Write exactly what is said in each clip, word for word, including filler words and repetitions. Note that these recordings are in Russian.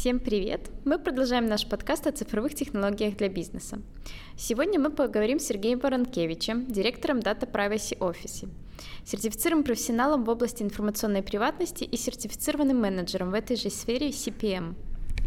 Всем привет! Мы продолжаем наш подкаст о цифровых технологиях для бизнеса. Сегодня мы поговорим с Сергеем Воронкевичем, директором Data Privacy Office, сертифицированным профессионалом в области информационной приватности и сертифицированным менеджером в этой же сфере си пи эм.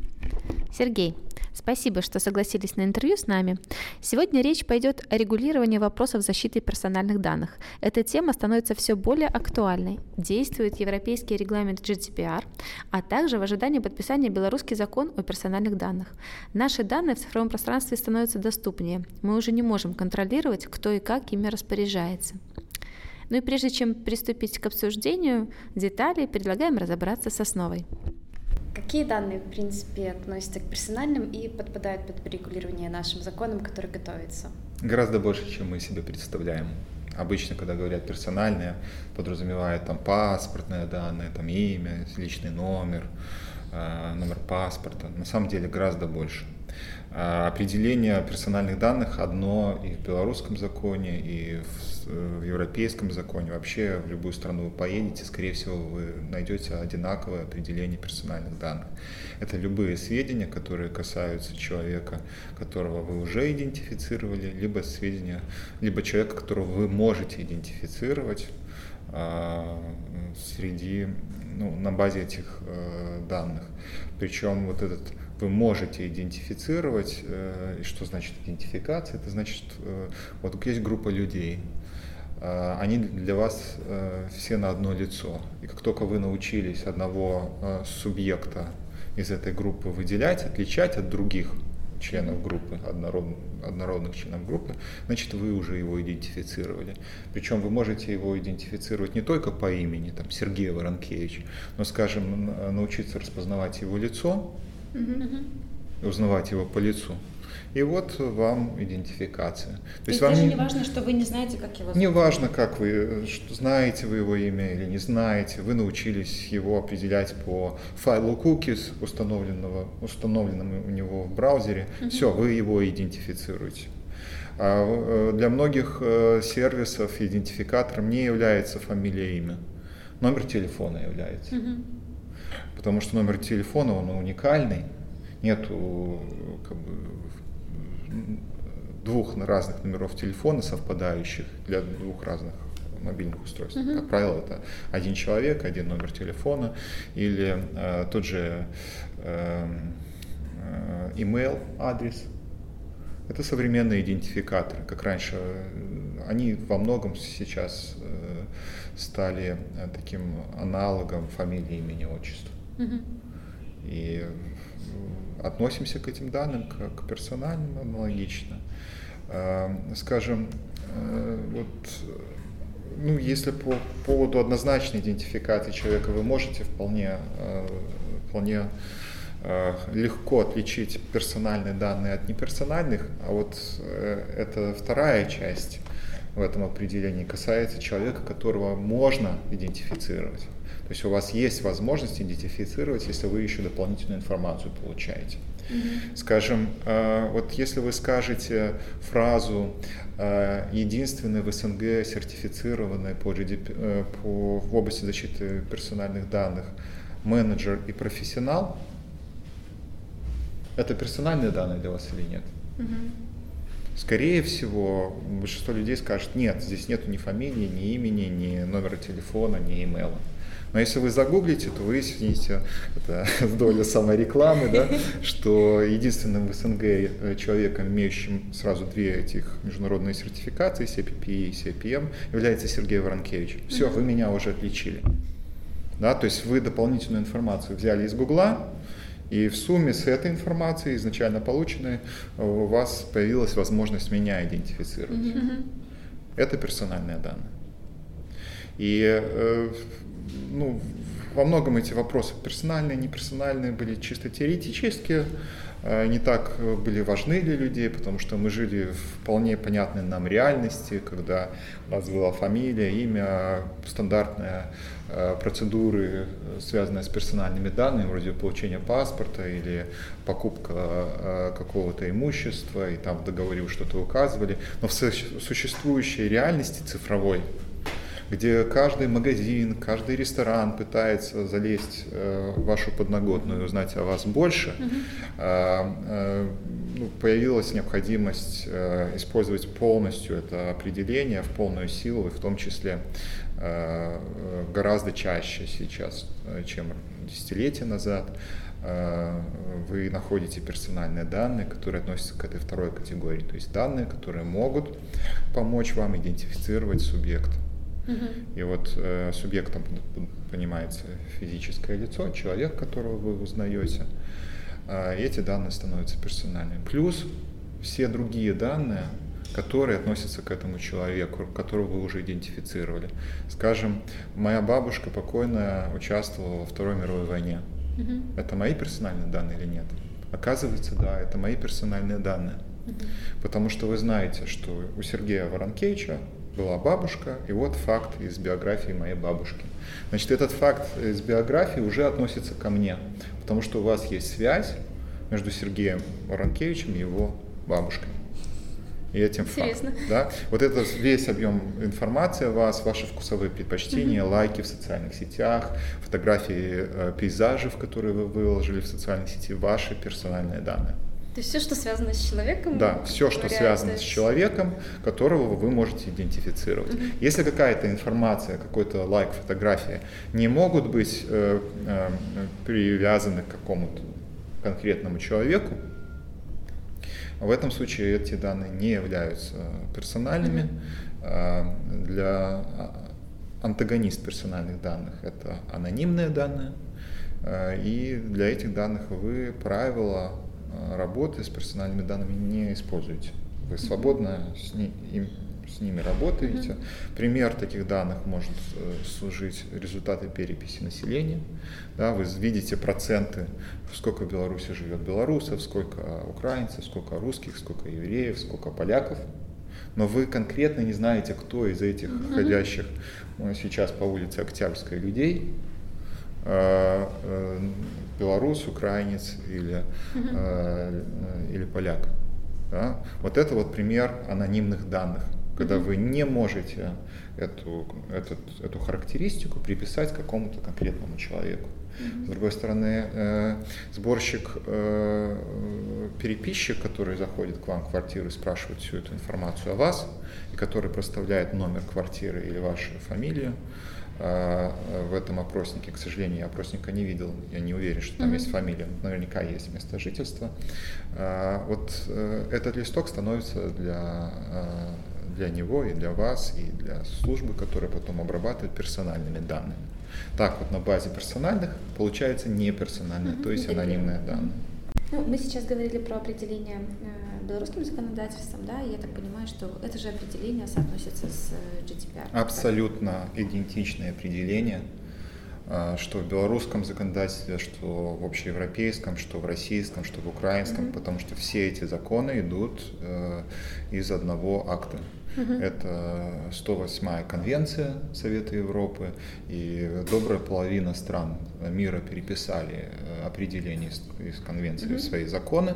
Сергей, спасибо, что согласились на интервью с нами. Сегодня речь пойдет о регулировании вопросов защиты персональных данных. Эта тема становится все более актуальной. Действует европейский регламент джи ди пи ар, а также в ожидании подписания белорусский закон о персональных данных. Наши данные в цифровом пространстве становятся доступнее. Мы уже не можем контролировать, кто и как ими распоряжается. Ну и прежде чем приступить к обсуждению деталей, предлагаем разобраться с основой. Какие данные, в принципе, относятся к персональным и подпадают под регулирование нашим законам, который готовится? Гораздо больше, чем мы себе представляем. Обычно, когда говорят персональные, подразумевают там паспортные данные, там имя, личный номер, номер паспорта. На самом деле гораздо больше. Определение персональных данных одно и в белорусском законе, и в, в европейском законе. Вообще в любую страну вы поедете, скорее всего, вы найдете одинаковое определение персональных данных. Это любые сведения, которые касаются человека, которого вы уже идентифицировали, либо сведения, либо человека, которого вы можете идентифицировать а, среди, ну, на базе этих а, данных. Причем вот этот вы можете идентифицировать. И что значит идентификация? Это значит, вот есть группа людей, они для вас все на одно лицо. И как только вы научились одного субъекта из этой группы выделять, отличать от других членов группы, однородных, однородных членов группы, значит, вы уже его идентифицировали. Причем вы можете его идентифицировать не только по имени, там, Сергей Воронкевич, но, скажем, научиться распознавать его лицо, mm-hmm. узнавать его по лицу. И вот вам идентификация. То, То есть даже не важно, что вы не знаете, как его зовут? Не важно, как вы, что, знаете вы его имя или не знаете, вы научились его определять по файлу cookies, установленного, установленному у него в браузере. Mm-hmm. Все, вы его идентифицируете. А для многих сервисов идентификатором не является фамилия, имя. Номер телефона является. Mm-hmm. Потому что номер телефона, он уникальный. Нету как бы двух разных номеров телефона, совпадающих для двух разных мобильных устройств. Uh-huh. Как правило, это один человек, один номер телефона, или э, тот же э, э, email адрес. Это современные идентификаторы. Как раньше, они во многом сейчас э, стали э, таким аналогом фамилии, имени, отчества. Uh-huh. И относимся к этим данным как к персональным аналогично. Скажем, вот, ну, если по поводу однозначной идентификации человека вы можете вполне, вполне легко отличить персональные данные от неперсональных, а вот эта вторая часть в этом определении касается человека, которого можно идентифицировать. То есть у вас есть возможность идентифицировать, если вы еще дополнительную информацию получаете. Mm-hmm. Скажем, вот если вы скажете фразу «единственный в СНГ сертифицированный по джи ди пи, по, в области защиты персональных данных менеджер и профессионал», это персональные данные для вас или нет? Mm-hmm. Скорее всего, большинство людей скажет: нет, здесь нету ни фамилии, ни имени, ни номера телефона, ни имейла. Но если вы загуглите, то выясните, это доля саморекламы, да, что единственным в СНГ человеком, имеющим сразу две этих международные сертификации, си пи пи и си пи эм, является Сергей Воронкевич. Все, вы меня уже отличили. Да, то есть вы дополнительную информацию взяли из Гугла, и в сумме с этой информацией, изначально полученной, у вас появилась возможность меня идентифицировать. Mm-hmm. Это персональные данные. И э, ну, во многом эти вопросы персональные, неперсональные были чисто теоретические, э, не так были важны для людей, потому что мы жили в вполне понятной нам реальности, когда у нас была фамилия, имя, стандартная процедуры, связанные с персональными данными, вроде получения паспорта или покупка какого-то имущества, и там в договоре что-то указывали. Но в существующей реальности цифровой где каждый магазин, каждый ресторан пытается залезть э, в вашу подноготную и узнать о вас больше, mm-hmm. э, э, ну, появилась необходимость э, использовать полностью это определение в полную силу, и в том числе э, гораздо чаще сейчас, чем десятилетия назад. Вы находите персональные данные, которые относятся к этой второй категории, то есть данные, которые могут помочь вам идентифицировать субъекта. Uh-huh. И вот э, субъектом понимается физическое лицо, человек, которого вы узнаете, э, и эти данные становятся персональными. Плюс все другие данные, которые относятся к этому человеку, которого вы уже идентифицировали. Скажем, моя бабушка покойная участвовала во Второй мировой войне. Uh-huh. Это мои персональные данные или нет? Оказывается, да, это мои персональные данные. Uh-huh. Потому что вы знаете, что у Сергея Воронкевича была бабушка, и вот факт из биографии моей бабушки. Значит, этот факт из биографии уже относится ко мне, потому что у вас есть связь между Сергеем Воронкевичем и его бабушкой. И этим фактом. Да? Вот это весь объем информации о вас, ваши вкусовые предпочтения, mm-hmm. лайки в социальных сетях, фотографии э, пейзажей, которые вы выложили в социальной сети, ваши персональные данные. То есть все, что связано с человеком? Да, все, что связано с человеком, которого вы можете идентифицировать. Mm-hmm. Если какая-то информация, какой-то лайк, фотография не могут быть э, э, привязаны к какому-то конкретному человеку, в этом случае эти данные не являются персональными. Mm-hmm. Для антагонист персональных данных это анонимные данные. И для этих данных вы правила работы с персональными данными не используете. Вы свободно с, ни, им, с ними работаете. Mm-hmm. Пример таких данных может служить результаты переписи населения. Да, вы видите проценты, сколько в Беларуси живет белорусов, сколько украинцев, сколько русских, сколько евреев, сколько поляков. Но вы конкретно не знаете, кто из этих mm-hmm. ходящих сейчас по улице Октябрьской людей э, э, белорус, украинец или, mm-hmm. э, или поляк. Да? Вот это вот пример анонимных данных, когда mm-hmm. вы не можете эту, этот, эту характеристику приписать какому-то конкретному человеку. Mm-hmm. С другой стороны, э, сборщик, э, переписчик, который заходит к вам в квартиру и спрашивает всю эту информацию о вас, и который проставляет номер квартиры или вашу фамилию, э, в этом опроснике, к сожалению, я опросника не видел, я не уверен, что там mm-hmm. есть фамилия, наверняка есть место жительства. Э, вот э, этот листок становится для, э, для него и для вас, и для службы, которая потом обрабатывает персональными данными. Так вот на базе персональных получается неперсональные, mm-hmm. то есть анонимные данные. Ну, мы сейчас говорили про определение э, белорусским законодательством, да, и я так понимаю, что это же определение соотносится с джи ди пи ар. Абсолютно идентичное определение, э, что в белорусском законодательстве, что в общеевропейском, что в российском, что в украинском, mm-hmm. потому что все эти законы идут э, из одного акта. Uh-huh. Это сто восьмая конвенция Совета Европы, и добрая половина стран мира переписали определение из конвенции uh-huh. в свои законы,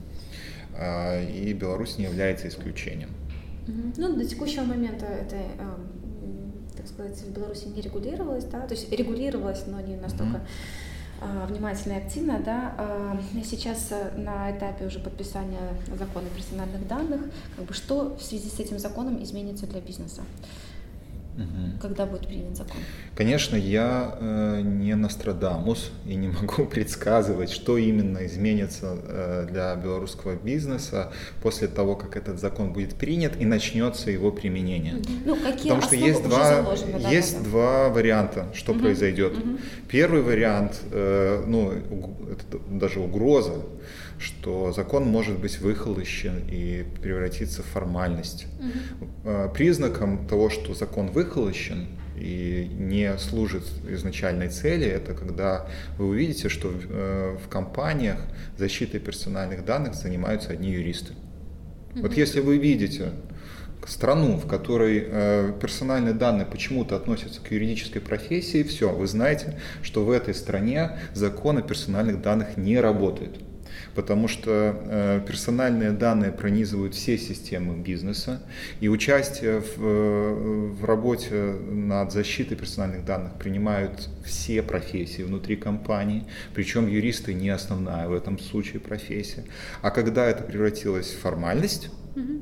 и Беларусь не является исключением. Uh-huh. Ну, до текущего момента это, так сказать, в Беларуси не регулировалось, да, то есть регулировалось, но не настолько uh-huh. внимательно и активно, да. Сейчас на этапе уже подписания закона о персональных данных, как бы что в связи с этим законом изменится для бизнеса? Угу. Когда будет принят закон? Конечно, я э, не Нострадамус и не могу предсказывать, что именно изменится э, для белорусского бизнеса после того, как этот закон будет принят и начнется его применение. Угу. Ну, какие Потому что есть, два, есть два варианта, что угу. произойдет. Угу. Первый вариант, э, ну, это даже угроза, что закон может быть выхолощен и превратиться в формальность. Угу. Признаком того, что закон выхолощен и не служит изначальной цели, это когда вы увидите, что в, в компаниях защитой персональных данных занимаются одни юристы. Угу. Вот если вы видите страну, в которой э, персональные данные почему-то относятся к юридической профессии, все, вы знаете, что в этой стране закон о персональных данных не работает. потому что персональные данные пронизывают все системы бизнеса, и участие в, в работе над защитой персональных данных принимают все профессии внутри компании, причем юристы не основная в этом случае профессия. А когда это превратилось в формальность, mm-hmm.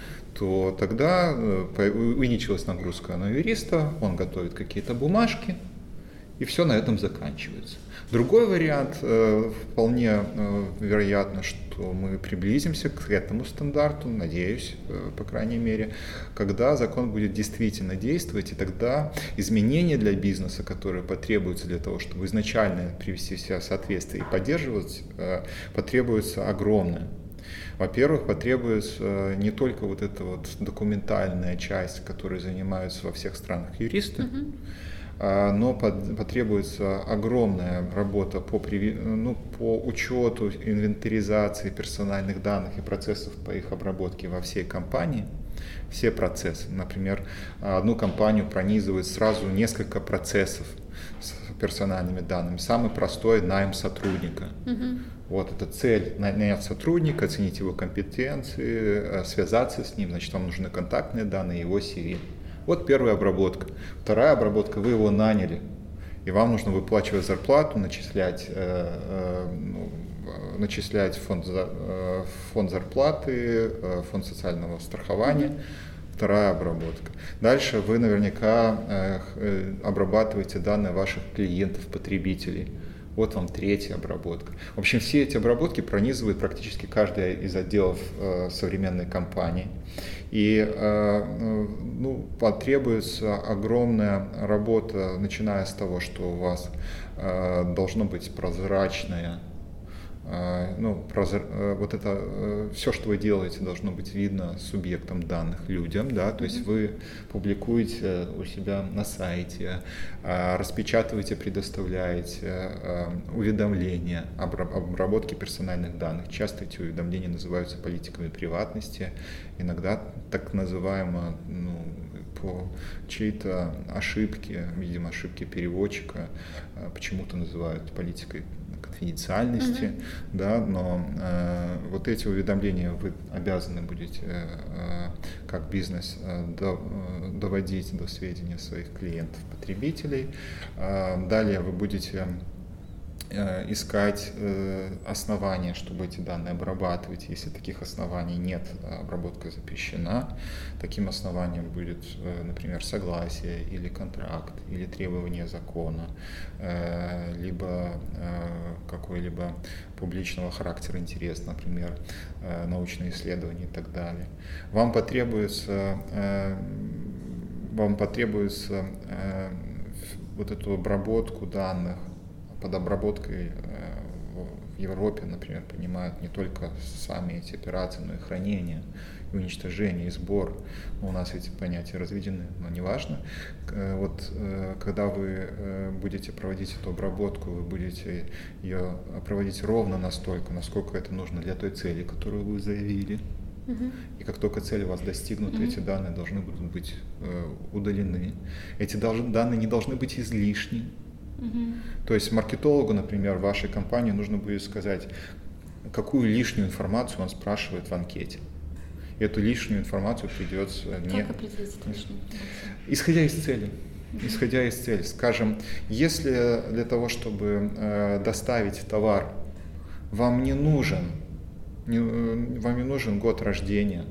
то тогда увеличилась нагрузка на юриста, он готовит какие-то бумажки, и все на этом заканчивается. Другой вариант, э, вполне э, вероятно, что мы приблизимся к этому стандарту, надеюсь, э, по крайней мере, когда закон будет действительно действовать, и тогда изменения для бизнеса, которые потребуются для того, чтобы изначально привести себя в соответствие и поддерживать, э, потребуется огромное. Во-первых, потребуется не только вот эта вот документальная часть, которой занимаются во всех странах юристы, mm-hmm. но потребуется огромная работа по, ну, по учету, инвентаризации персональных данных и процессов по их обработке во всей компании. Все процессы. Например, одну компанию пронизывает сразу несколько процессов с персональными данными. Самый простой — найм сотрудника. Mm-hmm. Вот это цель — нанять сотрудника, оценить его компетенции, связаться с ним. Значит, вам нужны контактные данные, его си ви. Вот первая обработка. Вторая обработка — вы его наняли, и вам нужно выплачивать зарплату, начислять, э, э, ну, начислять фонд, за, э, фонд зарплаты, э, фонд социального страхования. Mm-hmm. Вторая обработка. Дальше вы наверняка э, обрабатываете данные ваших клиентов, потребителей. Вот вам третья обработка. В общем, все эти обработки пронизывают практически каждый из отделов э, современной компании. И э, ну, потребуется огромная работа, начиная с того, что у вас э, должно быть прозрачное, э, ну, прозр... э, вот это э, все, что вы делаете, должно быть видно субъектам данных, людям, да, то есть вы публикуете у себя на сайте, э, распечатываете, предоставляете э, уведомления об обработке персональных данных. Часто эти уведомления называются политиками приватности, иногда так называемо, ну, по чьей-то ошибке, видимо, ошибке переводчика, почему-то называют политикой конфиденциальности, mm-hmm. да, но э, вот эти уведомления вы обязаны будете э, как бизнес э, до, э, доводить до сведения своих клиентов, потребителей. Э, далее вы будете искать основания, чтобы эти данные обрабатывать. Если таких оснований нет, обработка запрещена. Таким основанием будет, например, согласие или контракт, или требование закона, либо какой-либо публичного характера интерес, например, научные исследования и так далее. Вам потребуется, вам потребуется вот эту обработку данных. Под обработкой в Европе, например, понимают не только сами эти операции, но и хранение, и уничтожение, и сбор. У нас эти понятия разведены, но неважно. Вот когда вы будете проводить эту обработку, вы будете ее проводить ровно настолько, насколько это нужно для той цели, которую вы заявили. Uh-huh. И как только цель у вас достигнута, uh-huh. эти данные должны будут быть удалены. Эти данные не должны быть излишни. Uh-huh. То есть маркетологу, например, в вашей компании нужно будет сказать, какую лишнюю информацию он спрашивает в анкете. И эту лишнюю информацию придется не... Как определить лишнюю информацию? Исходя из цели. Uh-huh. Исходя из цели. Скажем, если для того, чтобы э, доставить товар, вам не нужен, не, вам не нужен год рождения,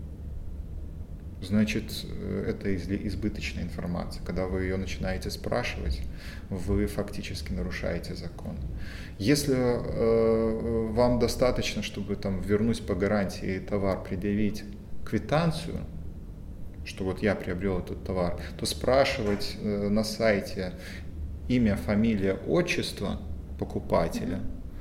значит, это избыточная информация. Когда вы ее начинаете спрашивать, вы фактически нарушаете закон. Если э, вам достаточно, чтобы там вернуть по гарантии товар, предъявить квитанцию, что вот я приобрел этот товар, то спрашивать э, на сайте имя, фамилия, отчество покупателя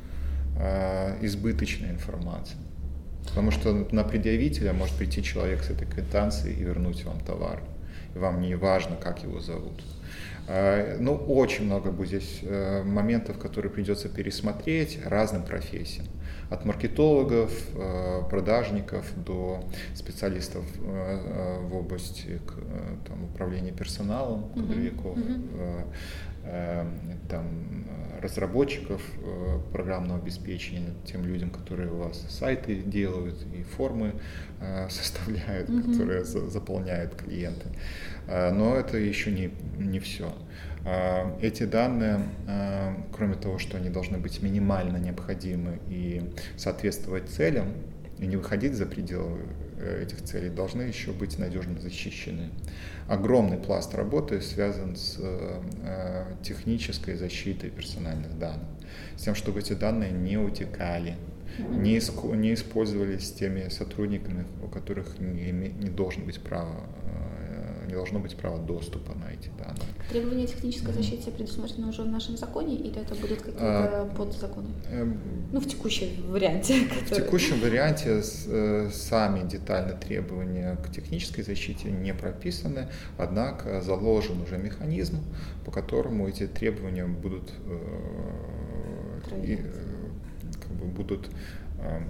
э, избыточная информация. Потому что на предъявителя может прийти человек с этой квитанцией и вернуть вам товар. И вам не важно, как его зовут. Ну, очень много будет здесь моментов, которые придется пересмотреть разным профессиям. От маркетологов, продажников до специалистов в области там, управления персоналом, кадровиков, mm-hmm. там, разработчиков программного обеспечения, тем людям, которые у вас сайты делают и формы составляют, mm-hmm. которые заполняют клиенты. Но это еще не, не все. Эти данные, кроме того, что они должны быть минимально необходимы и соответствовать целям, и не выходить за пределы этих целей, должны еще быть надежно защищены. Огромный пласт работы связан с технической защитой персональных данных, с тем, чтобы эти данные не утекали, не, иск- не использовались теми сотрудниками, у которых не, не должен быть права не должно быть права доступа на эти данные. Требования технической защиты предусмотрены уже в нашем законе или это будут какие-то а, подзаконы? Э, ну, в текущем варианте. В который... текущем варианте э, сами детально требования к технической защите не прописаны, однако заложен уже механизм, по которому эти требования будут, э, и, как бы будут э,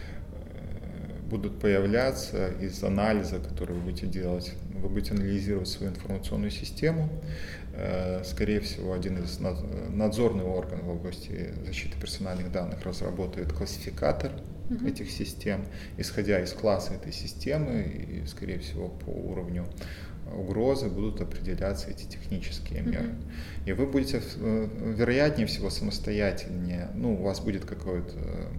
будут появляться из анализа, который вы будете делать. Вы будете анализировать свою информационную систему. Скорее всего, один из надзорных органов в области защиты персональных данных разработает классификатор mm-hmm. этих систем, исходя из класса этой системы и, скорее всего, по уровню угрозы будут определяться эти технические меры. Mm-hmm. И вы будете, вероятнее всего, самостоятельнее, ну, у вас будет какое-то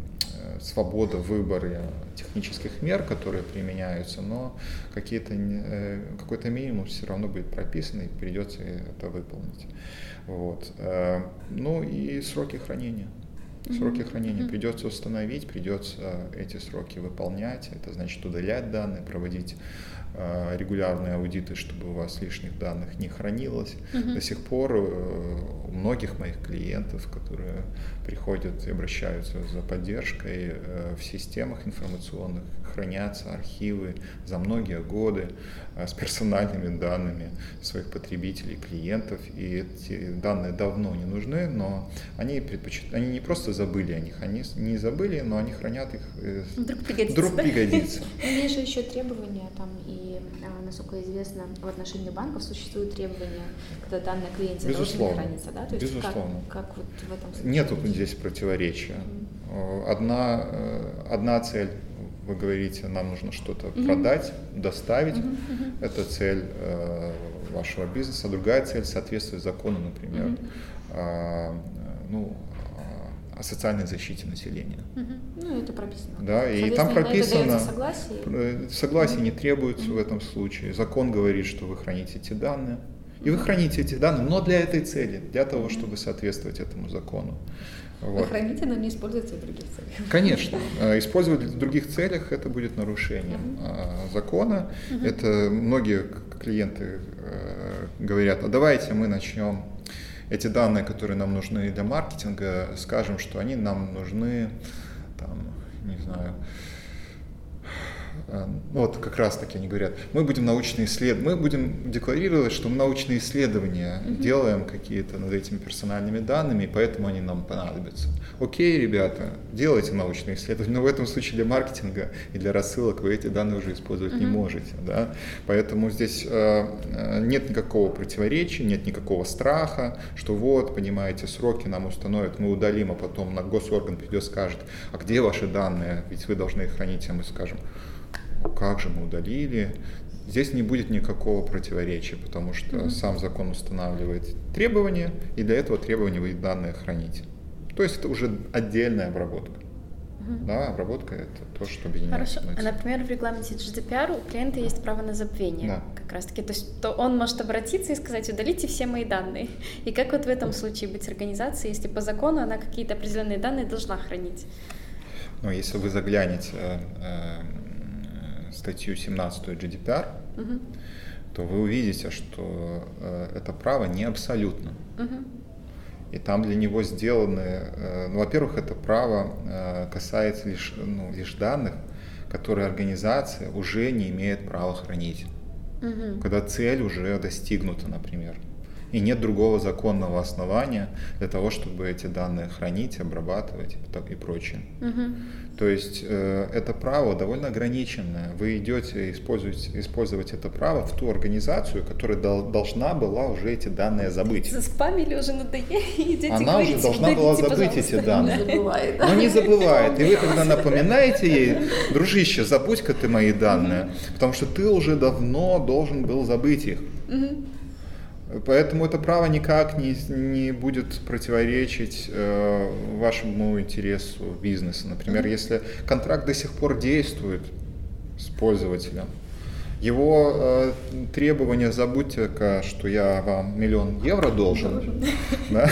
свобода в выборе технических мер, которые применяются, но какие-то, какой-то минимум все равно будет прописан, и придется это выполнить. Вот. Ну и сроки хранения. Сроки хранения mm-hmm. придется установить, придется эти сроки выполнять, это значит удалять данные, проводить э, регулярные аудиты, чтобы у вас лишних данных не хранилось. Mm-hmm. До сих пор э, у многих моих клиентов, которые приходят и обращаются за поддержкой, э, в системах информационных хранятся архивы за многие годы э, с персональными данными своих потребителей, клиентов, и эти данные давно не нужны, но они предпочитают, они не просто забыли о них, они не забыли, но они хранят их, вдруг пригодится. Вдруг пригодится. Есть же еще требования, там, и, насколько известно, в отношении банков существуют требования, когда данные клиента должны храниться, да? То есть Безусловно. Как, как вот в этом случае? Нет здесь противоречия. Mm-hmm. Одна, одна цель, вы говорите, нам нужно что-то mm-hmm. продать, доставить, mm-hmm. это цель э, вашего бизнеса. Другая цель соответствует закону, например, mm-hmm. э, ну, о социальной защите населения. Угу. Ну, это прописано. Да, и там прописано, согласие, согласие угу. не требуется угу. в этом случае. Закон говорит, что вы храните эти данные. И вы храните эти данные, но для этой цели, для того, угу. чтобы соответствовать этому закону. Вот. Вы храните, но не используете в других целях. Конечно. Использовать в других целях это будет нарушением угу. закона. Угу. Это многие клиенты говорят, а давайте мы начнем эти данные, которые нам нужны для маркетинга, скажем, что они нам нужны, там, не знаю, вот как раз таки они говорят, мы будем научные исследования, мы будем декларировать, что мы научные исследования mm-hmm. делаем какие-то над этими персональными данными, и поэтому они нам понадобятся. Окей, ребята, делайте научные исследования, но в этом случае для маркетинга и для рассылок вы эти данные уже использовать mm-hmm. не можете. Да? Поэтому здесь э, нет никакого противоречия, нет никакого страха, что вот, понимаете, сроки нам установят, мы удалим, а потом на госорган придет и скажет, а где ваши данные, ведь вы должны их хранить, а мы скажем, как же мы удалили. Здесь не будет никакого противоречия, потому что mm-hmm. сам закон устанавливает требования, и для этого требования вы данные храните. То есть это уже отдельная обработка. Mm-hmm. Да, обработка — это то, что объединяет. Хорошо. А, например, в регламенте джи ди пи ар у клиента есть право на забвение. Да. Как раз таки. То есть то он может обратиться и сказать, удалите все мои данные. И как вот в этом случае быть организацией, если по закону она какие-то определенные данные должна хранить? Ну, если вы заглянете э, статью семнадцатую джи ди пи ар, uh-huh. то вы увидите, что э, это право не абсолютно. Uh-huh. И там для него сделаны, э, ну, во-первых, это право э, касается лишь, ну, лишь данных, которые организация уже не имеет права хранить. Uh-huh. Когда цель уже достигнута, например. и нет другого законного основания для того, чтобы эти данные хранить, обрабатывать и прочее. Угу. То есть э, это право довольно ограниченное. Вы идете использовать, использовать это право в ту организацию, которая дол- должна была уже эти данные забыть. Заспамили уже, надоели, идете Она говорите, уже должна была забыть пожалуйста. Эти данные. Не забывает, да? Но не забывает. И вы когда напоминаете ей: дружище, забудь-ка ты мои данные, mm-hmm. потому что ты уже давно должен был забыть их. Mm-hmm. Поэтому это право никак не, не будет противоречить э, вашему интересу бизнеса. Например, mm-hmm. если контракт до сих пор действует с пользователем, его э, требования: забудьте-ка, что я вам миллион евро должен. Да?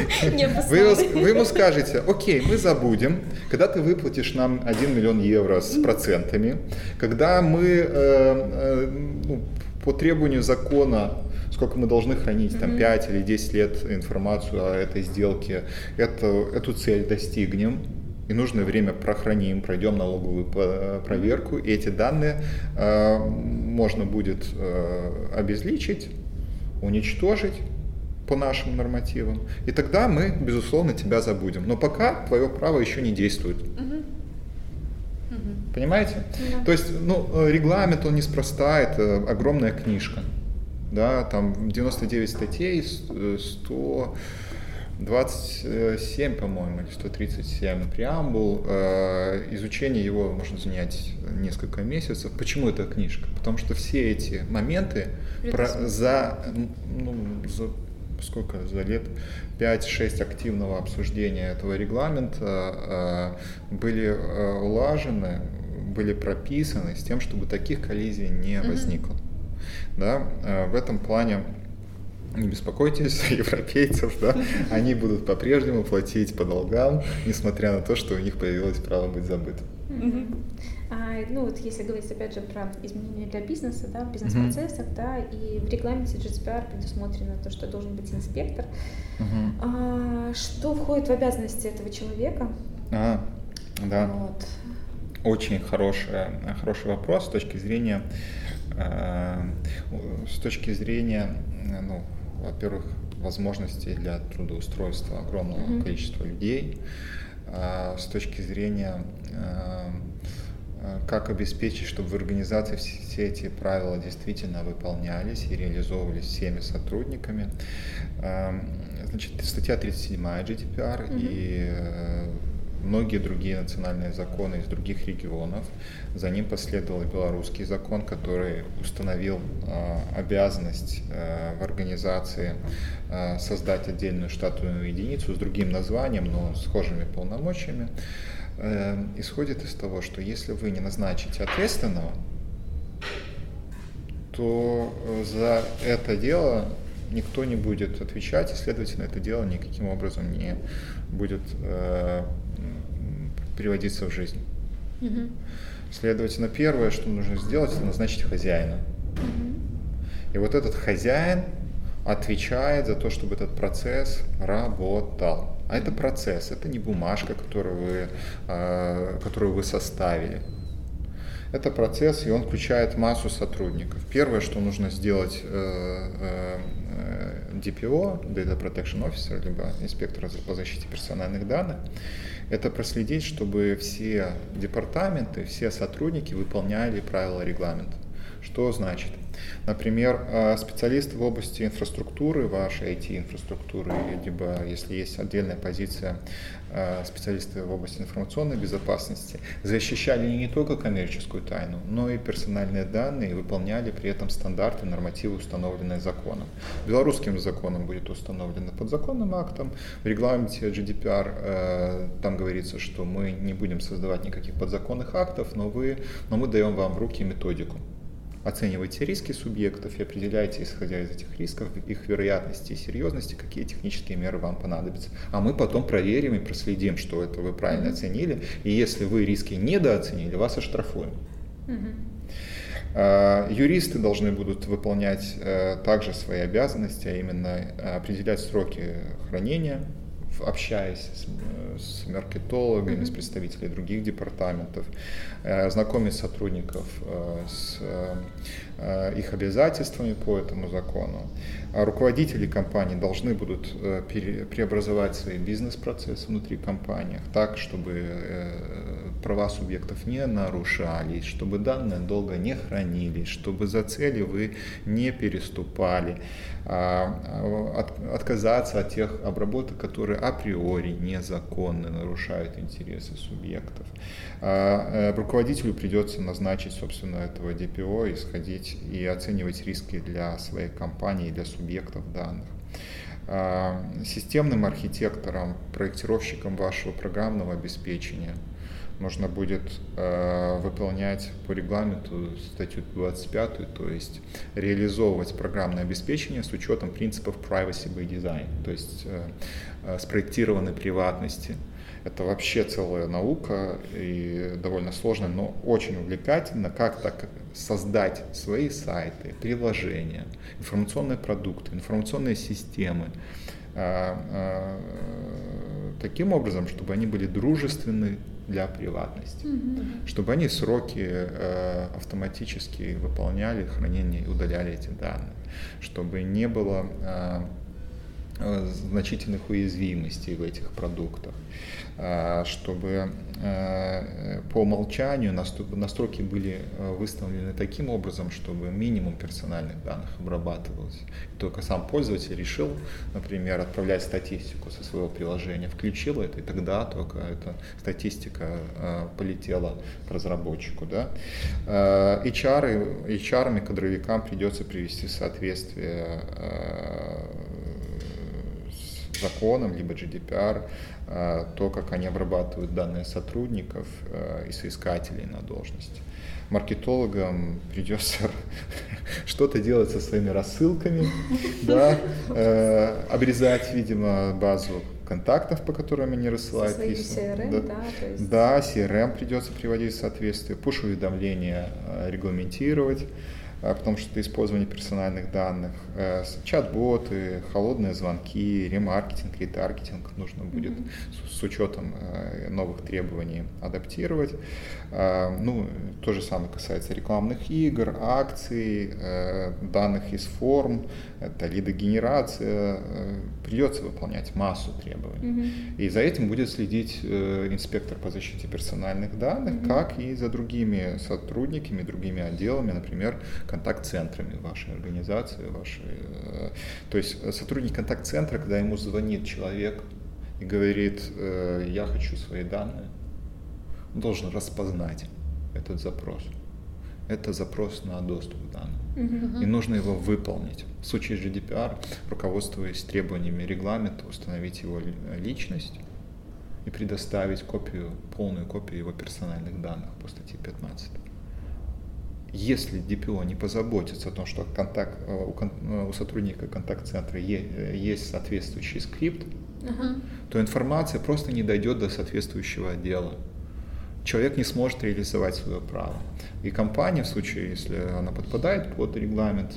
Вы, вы ему скажете: окей, мы забудем, когда ты выплатишь нам один миллион евро с процентами, когда мы э, э, ну, по требованию закона, сколько мы должны хранить, там, пять или десять лет информацию о этой сделке, это, эту цель достигнем, и нужное время прохраним, пройдем налоговую проверку, и эти данные э, можно будет э, обезличить, уничтожить по нашим нормативам, и тогда мы, безусловно, тебя забудем. Но пока твое право еще не действует. Uh-huh. Uh-huh. Понимаете? Yeah. То есть, ну, регламент, он неспроста, это огромная книжка. Да, там девяносто девять статей, сто двадцать семь, по-моему, или сто тридцать семь преамбул. Изучение его может занять несколько месяцев. Почему эта книжка? Потому что все эти моменты про, за, ну, за сколько за лет, пять-шесть активного обсуждения этого регламента были улажены, были прописаны с тем, чтобы таких коллизий не возникло. Да, в этом плане не беспокойтесь, европейцев, да, они будут по-прежнему платить по долгам, несмотря на то, что у них появилось право быть забытым. Mm-hmm. А, ну вот если говорить опять же про изменения для бизнеса, да, в бизнес-процессах, mm-hmm. да, и в регламенте джи ди пи ар предусмотрено то, что должен быть инспектор. Mm-hmm. А, что входит в обязанности этого человека? А, да. Вот. Очень хороший, хороший вопрос с точки зрения, с точки зрения, ну, во-первых, возможностей для трудоустройства огромного mm-hmm. количества людей, с точки зрения, как обеспечить, чтобы в организации все эти правила действительно выполнялись и реализовывались всеми сотрудниками. Значит, статья тридцать семь джи ди пи ар mm-hmm. и многие другие национальные законы из других регионов. За ним последовал и белорусский закон, который установил э, обязанность э, в организации э, создать отдельную штатную единицу с другим названием, но схожими полномочиями. Э, исходит из того, что если вы не назначите ответственного, то за это дело никто не будет отвечать, и, следовательно, это дело никаким образом не будет э, приводиться в жизнь. Mm-hmm. Следовательно, первое, что нужно сделать, это назначить хозяина. Mm-hmm. И вот этот хозяин отвечает за то, чтобы этот процесс работал. А это процесс, это не бумажка, которую вы, э, которую вы составили. Это процесс, и он включает массу сотрудников. Первое, что нужно сделать э, э, ди пи о, Data Protection Officer, либо инспектор по защите персональных данных, это проследить, чтобы все департаменты, все сотрудники выполняли правила регламента. Что значит? Например, специалисты в области инфраструктуры, вашей ай ти-инфраструктуры, либо, если есть отдельная позиция, специалисты в области информационной безопасности, защищали не только коммерческую тайну, но и персональные данные и выполняли при этом стандарты, нормативы, установленные законом. Белорусским законом будет установлено подзаконным актом. В регламенте джи ди пи ар там говорится, что мы не будем создавать никаких подзаконных актов, но, вы, но мы даем вам в руки методику. Оценивайте риски субъектов и определяйте, исходя из этих рисков, их вероятности и серьезности, какие технические меры вам понадобятся. А мы потом проверим и проследим, что это вы правильно mm-hmm. оценили. И если вы риски недооценили, вас оштрафуем. Mm-hmm. А, юристы должны будут выполнять а, также свои обязанности, а именно а, определять сроки хранения общаясь с, с маркетологами, mm-hmm. с представителями других департаментов, знакомить сотрудников с их обязательствами по этому закону. А руководители компаний должны будут преобразовать свои бизнес-процессы внутри компании так, чтобы права субъектов не нарушались, чтобы данные долго не хранились, чтобы за цели вы не переступали, отказаться от тех обработок, которые априори незаконны, нарушают интересы субъектов. Руководителю придется назначить, собственно, этого ди пи о, исходить и оценивать риски для своей компании, для субъектов данных. Системным архитектором, проектировщиком вашего программного обеспечения нужно будет э, выполнять по регламенту статью двадцать пятую, то есть реализовывать программное обеспечение с учетом принципов privacy by design, то есть э, э, спроектированной приватности. Это вообще целая наука и довольно сложная, но очень увлекательно, как так создать свои сайты, приложения, информационные продукты, информационные системы э, э, таким образом, чтобы они были дружественны для приватности, mm-hmm. чтобы они сроки э, автоматически выполняли хранение и удаляли эти данные, чтобы не было э, э, значительных уязвимостей в этих продуктах, э, чтобы э, по умолчанию настройки были выставлены таким образом, чтобы минимум персональных данных обрабатывалось. Только сам пользователь решил, например, отправлять статистику со своего приложения, включил это, и тогда только эта статистика э, полетела к разработчику. Да? Э, эйч ар, эйч ар и кадровикам придется привести в соответствие э, с законом, либо джи ди пи ар, э, то, как они обрабатывают данные сотрудников э, и соискателей на должности. Маркетологам придется что-то делать со своими рассылками, да, э, обрезать, видимо, базу контактов, по которым они рассылают со письма. си ар эм, да, да, то есть... да, си ар эм придется приводить в соответствие, пуш-уведомления регламентировать, потому что это использование персональных данных, чат-боты, холодные звонки, ремаркетинг, ретаргетинг нужно будет mm-hmm. с, с учетом новых требований адаптировать. Ну, то же самое касается рекламных игр, акций, данных из форм, это лидогенерация. Придется выполнять массу требований. Mm-hmm. И за этим будет следить инспектор по защите персональных данных, mm-hmm. как и за другими сотрудниками, другими отделами, например, контакт-центрами вашей организации, вашей. То есть сотрудник контакт-центра, когда ему звонит человек и говорит, я хочу свои данные, он должен распознать этот запрос. Это запрос на доступ к данным. Uh-huh. И нужно его выполнить. В случае с джи ди пи ар, руководствуясь требованиями регламента, установить его личность и предоставить копию, полную копию его персональных данных по статье пятнадцать. Если ди пи о не позаботится о том, что контакт, у, у сотрудника контакт-центра е, есть соответствующий скрипт, uh-huh. то информация просто не дойдет до соответствующего отдела. Человек не сможет реализовать свое право. И компания, в случае, если она подпадает под регламент,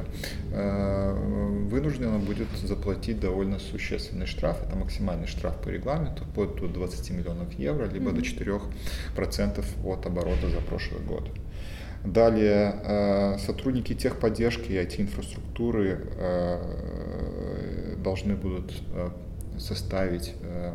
вынуждена будет заплатить довольно существенный штраф. Это максимальный штраф по регламенту, вплоть до двадцати миллионов евро, либо mm-hmm. до четырёх процентов от оборота за прошлый год. Далее, сотрудники техподдержки и ай ти-инфраструктуры должны будут составить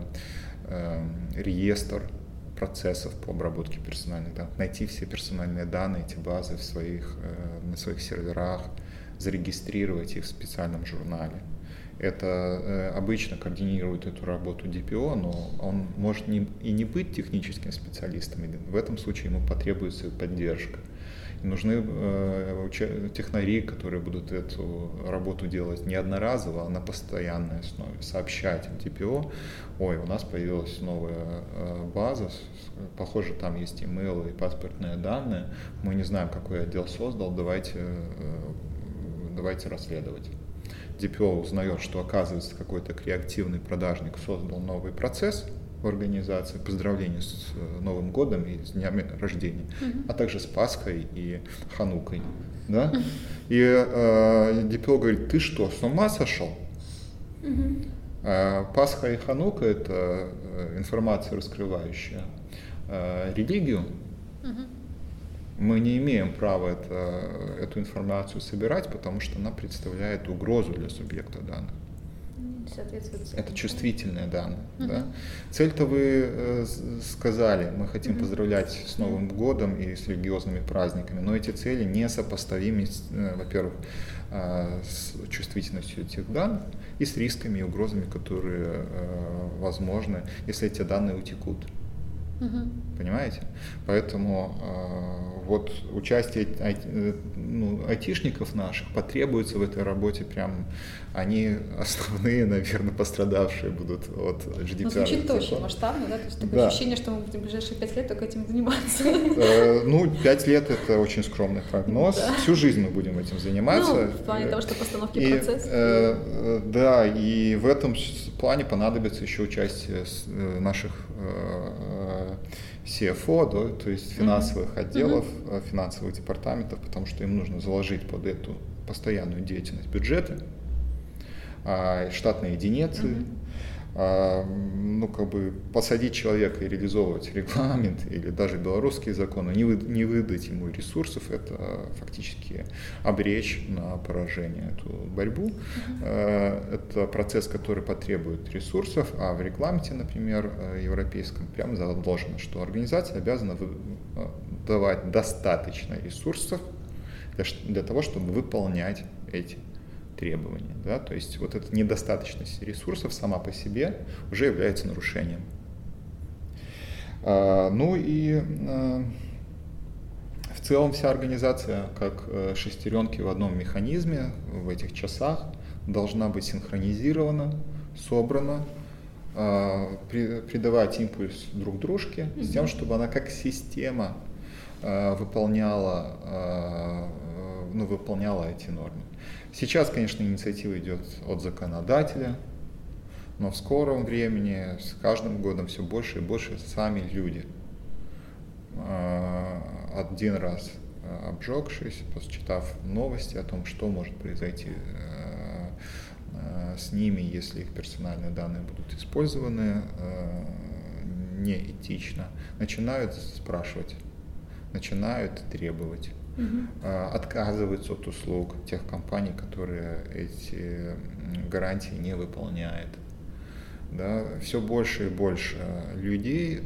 реестр процессов по обработке персональных данных, найти все персональные данные, эти базы в своих, на своих серверах, зарегистрировать их в специальном журнале. Это обычно координирует эту работу ди пи о, но он может не, и не быть техническим специалистом, и в этом случае ему потребуется поддержка. И нужны э, технари, которые будут эту работу делать не одноразово, а на постоянной основе, сообщать ди пи о, ой, у нас появилась новая э, база, похоже, там есть имейлы и паспортные данные, мы не знаем, какой отдел создал, давайте, э, давайте расследовать. ди пи о узнает, что, оказывается, какой-то креативный продажник создал новый процесс в организации, поздравления с Новым годом и с днями рождения, uh-huh. а также с Пасхой и Ханукой. Да? Uh-huh. И э, ди пи о говорит, ты что, с ума сошел? Uh-huh. Пасха и Ханука – это информация, раскрывающая религию. Угу. Мы не имеем права это, эту информацию собирать, потому что она представляет угрозу для субъекта данных. Это чувствительные данные. Uh-huh. Да? Цель-то вы э, сказали, мы хотим uh-huh. поздравлять с Новым годом и с религиозными праздниками, но эти цели несопоставимы, э, во-первых, э, с чувствительностью этих данных и с рисками и угрозами, которые э, возможны, если эти данные утекут. Uh-huh. Понимаете? Поэтому э, вот участие ай, ну, айтишников наших потребуется в этой работе прям, они основные, наверное, пострадавшие будут от джи ди пи ар. Ну, звучит очень масштабно, да? То есть такое да. ощущение, что мы будем в ближайшие пять лет только этим заниматься. Э, ну, пять лет это очень скромный прогноз. Да. Всю жизнь мы будем этим заниматься. Ну, в плане того, что постановки и, процесса. Э, да, и в этом плане понадобится еще участие наших си эф о, да, то есть финансовых mm-hmm. отделов, mm-hmm. финансовых департаментов, потому что им нужно заложить под эту постоянную деятельность бюджеты, штатные единицы, mm-hmm. ну, как бы посадить человека и реализовывать регламент или даже белорусские законы, не, вы, не выдать ему ресурсов, это фактически обречь на поражение эту борьбу. Uh-huh. Это процесс, который потребует ресурсов, а в регламенте, например, европейском, прямо заложено, что организация обязана давать достаточно ресурсов для, для того, чтобы выполнять эти требования, да, то есть вот эта недостаточность ресурсов сама по себе уже является нарушением. А, ну и а, в целом вся организация, как шестеренки в одном механизме, в этих часах, должна быть синхронизирована, собрана, а, при, придавать импульс друг дружке, mm-hmm. с тем, чтобы она как система а, выполняла, а, ну, выполняла эти нормы. Сейчас, конечно, инициатива идет от законодателя, но в скором времени, с каждым годом все больше и больше сами люди, один раз обжегшись, почитав новости о том, что может произойти с ними, если их персональные данные будут использованы неэтично, начинают спрашивать, начинают требовать. Uh-huh. Отказываются от услуг тех компаний, которые эти гарантии не выполняют. Да, все больше и больше людей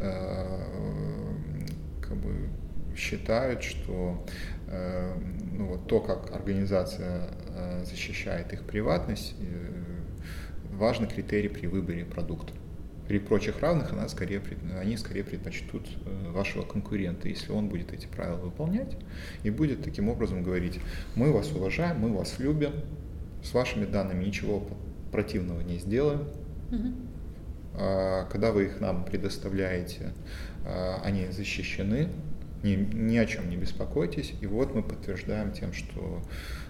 как бы считают, что ну, вот то, как организация защищает их приватность, важный критерий при выборе продукта. При прочих равных она скорее, они скорее предпочтут вашего конкурента, если он будет эти правила выполнять и будет таким образом говорить: мы вас уважаем, мы вас любим, с вашими данными ничего противного не сделаем. Mm-hmm. Когда вы их нам предоставляете, они защищены, ни, ни о чем не беспокойтесь. И вот мы подтверждаем тем, что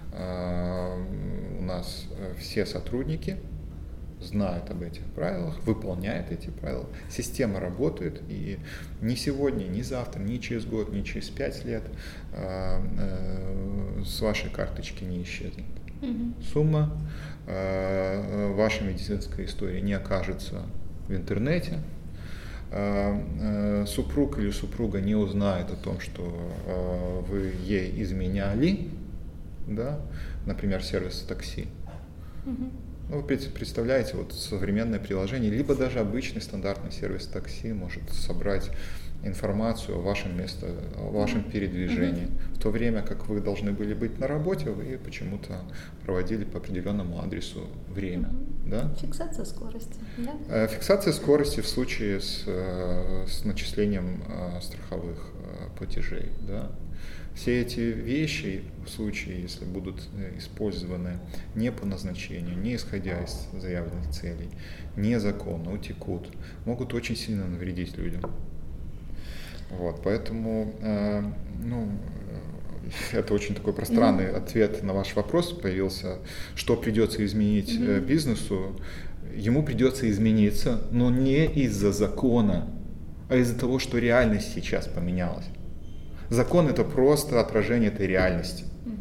у нас все сотрудники знают об этих правилах, выполняют эти правила, система работает, и ни сегодня, ни завтра, ни через год, ни через пять лет э, э, с вашей карточки не исчезнет mm-hmm. сумма, э, ваша медицинская история не окажется в интернете, э, э, супруг или супруга не узнает о том, что э, вы ей изменяли, да, например, сервис такси. Mm-hmm. Ну, вы представляете, вот современное приложение, либо даже обычный стандартный сервис такси может собрать информацию о вашем месте, о вашем передвижении. Mm-hmm. В то время как вы должны были быть на работе, вы почему-то проводили по определенному адресу время. Mm-hmm. Да? Фиксация скорости. Да? Фиксация скорости в случае с, с начислением страховых платежей. Да? Все эти вещи, в случае, если будут использованы не по назначению, не исходя из заявленных целей, незаконно, утекут, могут очень сильно навредить людям. Вот, поэтому, э, ну, это очень такой пространный mm-hmm. ответ на ваш вопрос появился, что придется изменить mm-hmm. бизнесу. Ему придется измениться, но не из-за закона, а из-за того, что реальность сейчас поменялась. Закон — это просто отражение этой реальности. Mm-hmm.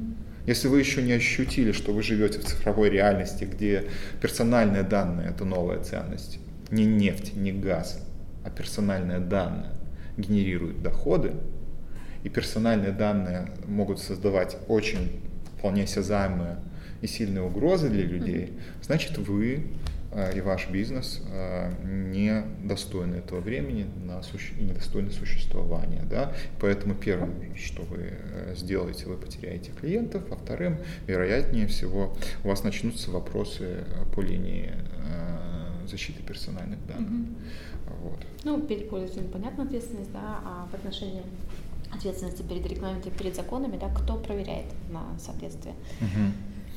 Если вы еще не ощутили, что вы живете в цифровой реальности, где персональные данные – это новая ценность, не нефть, не газ, а персональные данные генерируют доходы, и персональные данные могут создавать очень вполне осязаемые и сильные угрозы для людей, mm-hmm. значит, вы э, и ваш бизнес э, не достойны этого времени на суще... и недостойны существования. Да? Поэтому первое, что вы сделаете, вы потеряете клиентов, а вторым, вероятнее всего, у вас начнутся вопросы по линии э, защиты персональных данных. Mm-hmm. Вот. Ну, перед пользователем понятна ответственность, да, а в отношении ответственности перед регламентом, перед законами, да, кто проверяет на соответствие? Угу.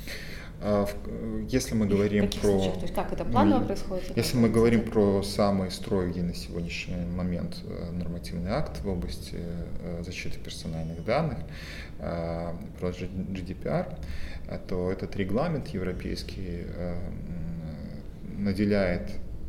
Если мы говорим про... Случаях? То есть как это планово ну, происходит? Если мы говорим про самый строгий на сегодняшний момент нормативный акт в области защиты персональных данных, про джи ди пи ар, то этот регламент европейский наделяет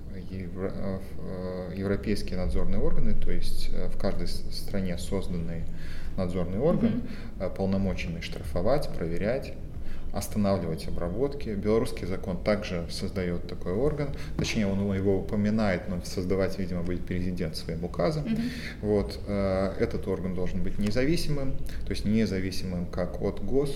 европейские надзорные органы, то есть в каждой стране созданный надзорный орган, mm-hmm. полномоченный штрафовать, проверять, останавливать обработки. Белорусский закон также создает такой орган, точнее он его упоминает, но создавать, видимо, будет президент своим указом. Mm-hmm. Вот, этот орган должен быть независимым, то есть независимым как от ГОС,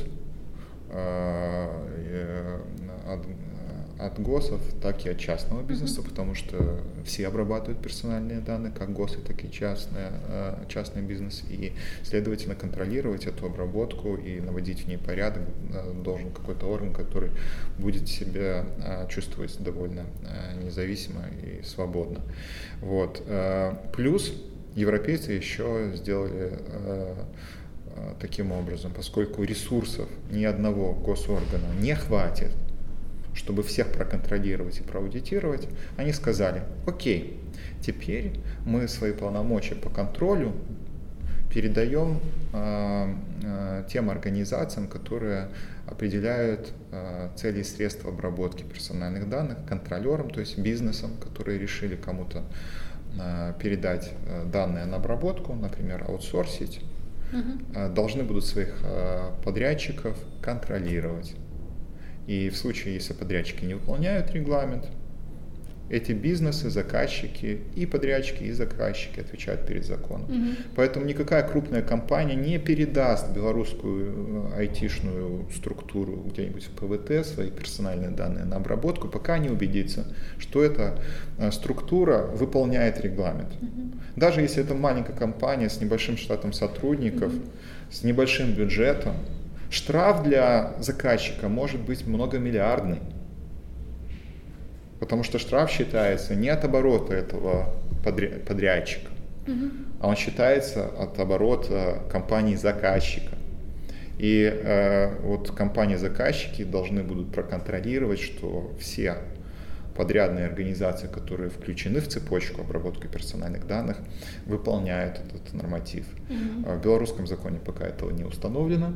от от ГОСов, так и от частного бизнеса, mm-hmm. потому что все обрабатывают персональные данные, как ГОСы, так и частные, частный бизнес, и, следовательно, контролировать эту обработку и наводить в ней порядок должен какой-то орган, который будет себя чувствовать довольно независимо и свободно. Вот. Плюс европейцы еще сделали таким образом, поскольку ресурсов ни одного госоргана не хватит, чтобы всех проконтролировать и проаудитировать, они сказали: окей, теперь мы свои полномочия по контролю передаем э, э, тем организациям, которые определяют э, цели и средства обработки персональных данных, контролерам, то есть бизнесам, которые решили кому-то э, передать э, данные на обработку, например, аутсорсить, uh-huh. э, должны будут своих э, подрядчиков контролировать. И в случае, если подрядчики не выполняют регламент, эти бизнесы, заказчики и подрядчики, и заказчики отвечают перед законом. Mm-hmm. Поэтому никакая крупная компания не передаст белорусскую айтишную структуру где-нибудь в ПВТ свои персональные данные на обработку, пока не убедится, что эта структура выполняет регламент. Mm-hmm. Даже если это маленькая компания с небольшим штатом сотрудников, mm-hmm. с небольшим бюджетом, штраф для заказчика может быть многомиллиардный, потому что штраф считается не от оборота этого подрядчика, угу. а он считается от оборота компании-заказчика. И э, вот компании-заказчики должны будут проконтролировать, что все подрядные организации, которые включены в цепочку обработки персональных данных, выполняют этот норматив. Угу. В белорусском законе пока этого не установлено.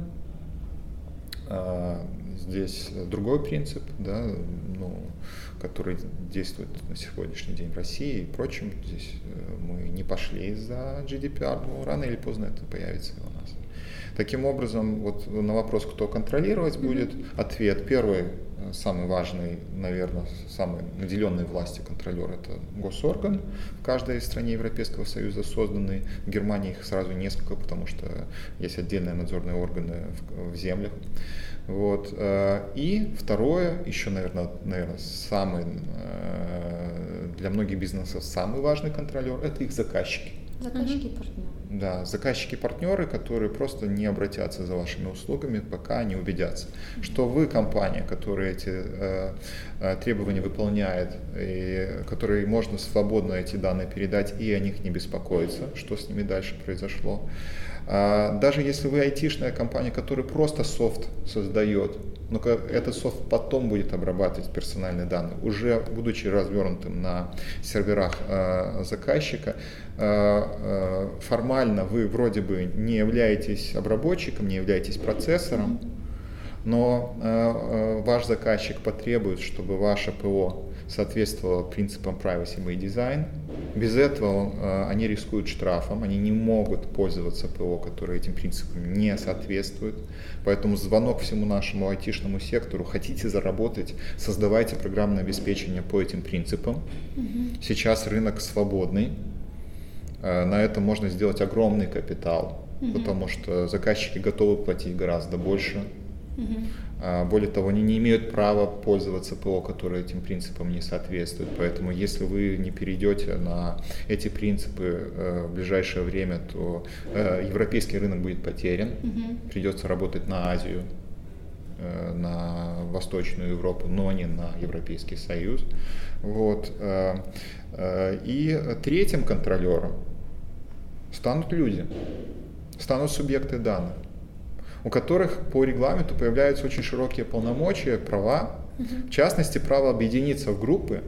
Здесь другой принцип, да, ну, который действует на сегодняшний день в России и прочем. Здесь мы не пошли за джи ди пи ар, но рано или поздно это появится и у нас. Таким образом, вот на вопрос, кто контролировать будет, mm-hmm. ответ первый, самый важный, наверное, самый наделенный властью контролер — это госорган в каждой стране Европейского Союза созданный. В Германии их сразу несколько, потому что есть отдельные надзорные органы в, в землях. Вот. И второе, еще, наверное, наверное, самый для многих бизнесов самый важный контролер — это их заказчики. Заказчики и партнеры. Да, заказчики и партнеры, которые просто не обратятся за вашими услугами, пока не убедятся, mm-hmm. что вы компания, которая эти э, требования выполняет, и которой можно свободно эти данные передать и о них не беспокоиться, что с ними дальше произошло. А даже если вы айтишная компания, которая просто софт создает, но этот софт потом будет обрабатывать персональные данные, уже будучи развернутым на серверах э, заказчика, э, э, формально вы вроде бы не являетесь обработчиком, не являетесь процессором, но э, ваш заказчик потребует, чтобы ваше ПО соответствовало принципам privacy by design. Без этого э, они рискуют штрафом, они не могут пользоваться ПО, которое этим принципам не соответствует. Поэтому звонок всему нашему айтишному сектору: хотите заработать, создавайте программное обеспечение по этим принципам. Mm-hmm. Сейчас рынок свободный, э, на это можно сделать огромный капитал, mm-hmm. потому что заказчики готовы платить гораздо больше. Uh-huh. Более того, они не имеют права пользоваться ПО, которое этим принципам не соответствует. Поэтому, если вы не перейдете на эти принципы э, в ближайшее время, то э, европейский рынок будет потерян. Uh-huh. Придется работать на Азию, э, на Восточную Европу, но не на Европейский Союз. Вот. Э, э, и третьим контролером станут люди, станут субъекты данных, у которых по регламенту появляются очень широкие полномочия, права, uh-huh. в частности, право объединиться в группы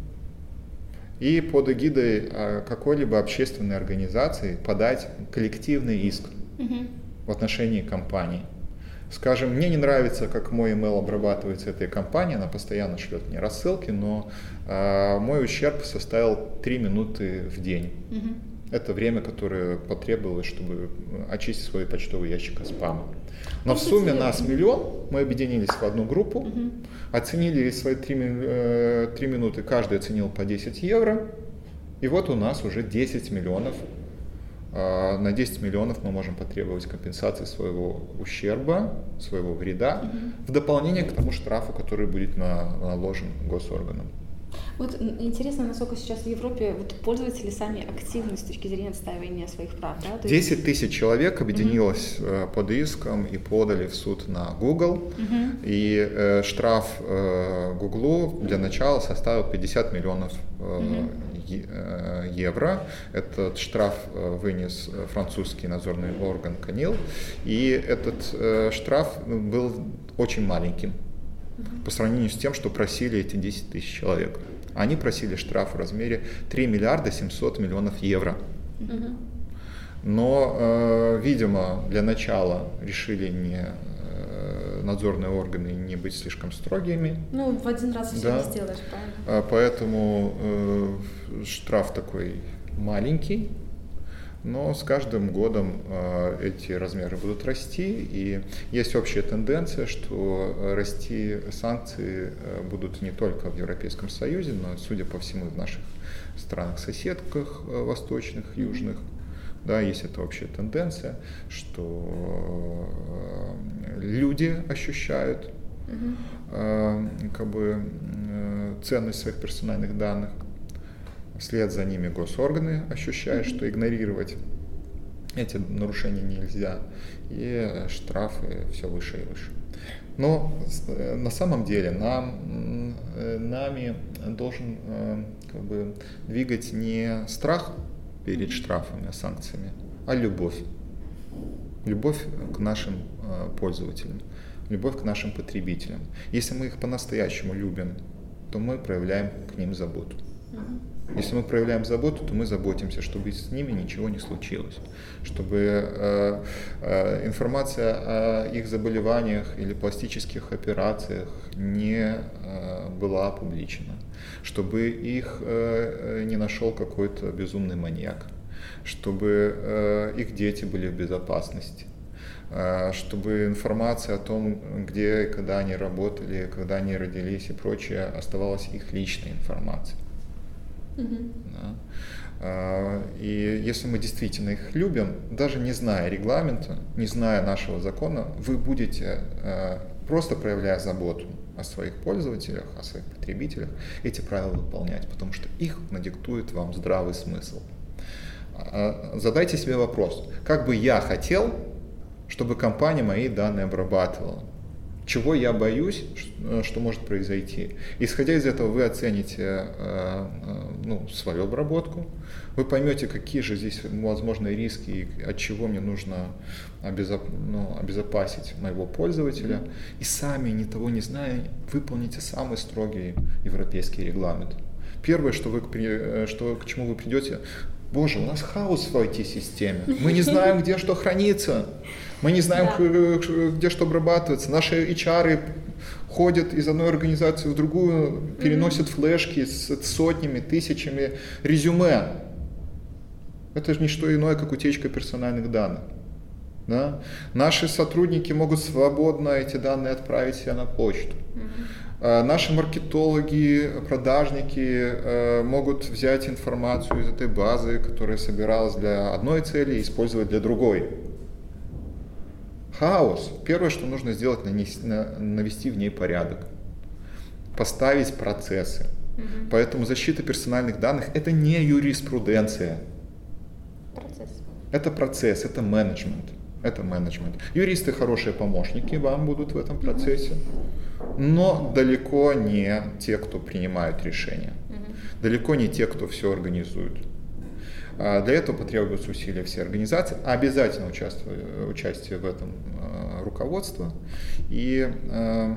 и под эгидой какой-либо общественной организации подать коллективный иск uh-huh. в отношении компании. Скажем, мне не нравится, как мой email обрабатывается этой компанией, она постоянно шлет мне рассылки, но э, мой ущерб составил три минуты в день. Uh-huh. Это время, которое потребовалось, чтобы очистить свой почтовый ящик от спама. Но в сумме нас миллион, мы объединились в одну группу, угу. оценили свои три минуты, каждый оценил по десять евро, и вот у нас уже десять миллионов. На десять миллионов мы можем потребовать компенсации своего ущерба, своего вреда, угу. в дополнение к тому штрафу, который будет наложен госорганам. Вот интересно, насколько сейчас в Европе вот пользователи сами активны с точки зрения отстаивания своих прав, да? То есть... десять тысяч человек объединилось mm-hmm. под иском и подали в суд на Google, mm-hmm. и э, штраф э, Google для начала составил пятьдесят миллионов э, mm-hmm. е- евро. Этот штраф э, вынес французский надзорный орган Канил, и этот э, штраф был очень маленьким по сравнению с тем, что просили эти десять тысяч человек. Они просили штраф в размере три миллиарда семьсот миллионов евро. Uh-huh. Но, э, видимо, для начала решили не э, надзорные органы не быть слишком строгими. Ну, в один раз все да. не сделаешь, правильно? Поэтому э, штраф такой маленький. Но с каждым годом э, эти размеры будут расти, и есть общая тенденция, что расти санкции э, будут не только в Европейском Союзе, но, судя по всему, в наших странах-соседках э, восточных, южных. Да, есть эта общая тенденция, что э, люди ощущают э, как бы, э, ценность своих персональных данных. Вслед за ними госорганы ощущают, что игнорировать эти нарушения нельзя, и штрафы все выше и выше. Но на самом деле нам, нами должен как бы двигать не страх перед штрафами, санкциями, а любовь. Любовь к нашим пользователям, любовь к нашим потребителям. Если мы их по-настоящему любим, то мы проявляем к ним заботу. Если мы проявляем заботу, то мы заботимся, чтобы с ними ничего не случилось, чтобы э, э, информация о их заболеваниях или пластических операциях не э, была опубличена, чтобы их э, не нашел какой-то безумный маньяк, чтобы э, их дети были в безопасности, э, чтобы информация о том, где и когда они работали, когда они родились и прочее, оставалась их личной информацией. Uh-huh. Да. И если мы действительно их любим, даже не зная регламента, не зная нашего закона, вы будете, просто проявляя заботу о своих пользователях, о своих потребителях, эти правила выполнять, потому что их надиктует вам здравый смысл. Задайте себе вопрос, как бы я хотел, чтобы компания мои данные обрабатывала? Чего я боюсь, что может произойти. Исходя из этого, вы оцените ну, свою обработку, вы поймете, какие же здесь возможные риски и от чего мне нужно обезоп... ну, обезопасить моего пользователя. И сами, ни того не зная, выполните самый строгий европейский регламент. Первое, что вы, что, к чему вы придете, Боже, у нас хаос в ай ти-системе. Мы не знаем, где что хранится. Мы не знаем, да. где что обрабатывается. Наши эйч ар ходят из одной организации в другую, переносят mm-hmm. флешки с сотнями, тысячами резюме. Это же не что иное, как утечка персональных данных. Да? Наши сотрудники могут свободно эти данные отправить себе на почту. Mm-hmm. Наши маркетологи, продажники могут взять информацию из этой базы, которая собиралась для одной цели, и использовать для другой. Хаос. Первое, что нужно сделать, нанести, навести в ней порядок. Поставить процессы. Mm-hmm. Поэтому защита персональных данных – это не юриспруденция. Процесс. Это процесс, это менеджмент. Это менеджмент. Юристы хорошие помощники вам будут в этом процессе, но далеко не те, кто принимают решения. Mm-hmm. Далеко не те, кто все организует. Для этого потребуются усилия всей организации, обязательно участие, участие в этом э, руководство, и э,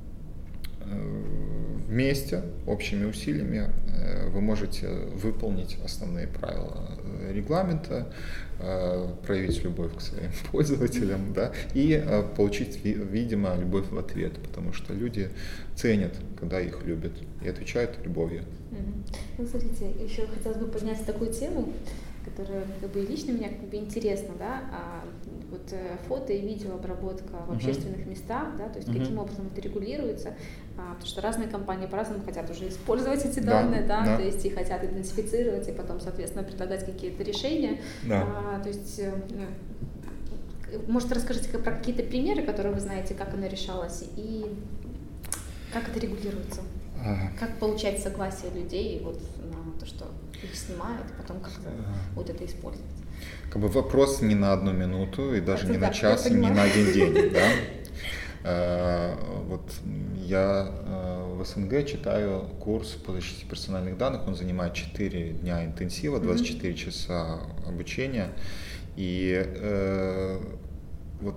вместе, общими усилиями э, вы можете выполнить основные правила регламента, э, проявить любовь к своим пользователям, да, и э, получить, видимо, любовь в ответ, потому что люди ценят, когда их любят, и отвечают любовью. Ну, смотрите, еще хотелось бы поднять такую тему, которая как бы лично меня как бы интересна, да, а, вот фото и видеообработка в общественных uh-huh. местах, да, то есть uh-huh. каким образом это регулируется, а, потому что разные компании по-разному хотят уже использовать эти да, данные, да, да, то есть и хотят идентифицировать, и потом, соответственно, предлагать какие-то решения, да. а, то есть, может, расскажите про какие-то примеры, которые вы знаете, как оно решалось, и как это регулируется? Как получать согласие людей вот на то, что их снимают, и потом как-то вот это использовать? Как бы вопрос не на одну минуту, и даже это не да, на час, и не на один день. Да? Вот я в СНГ читаю курс по защите персональных данных, он занимает четыре дня интенсива, двадцать четыре mm-hmm. часа обучения, и э, вот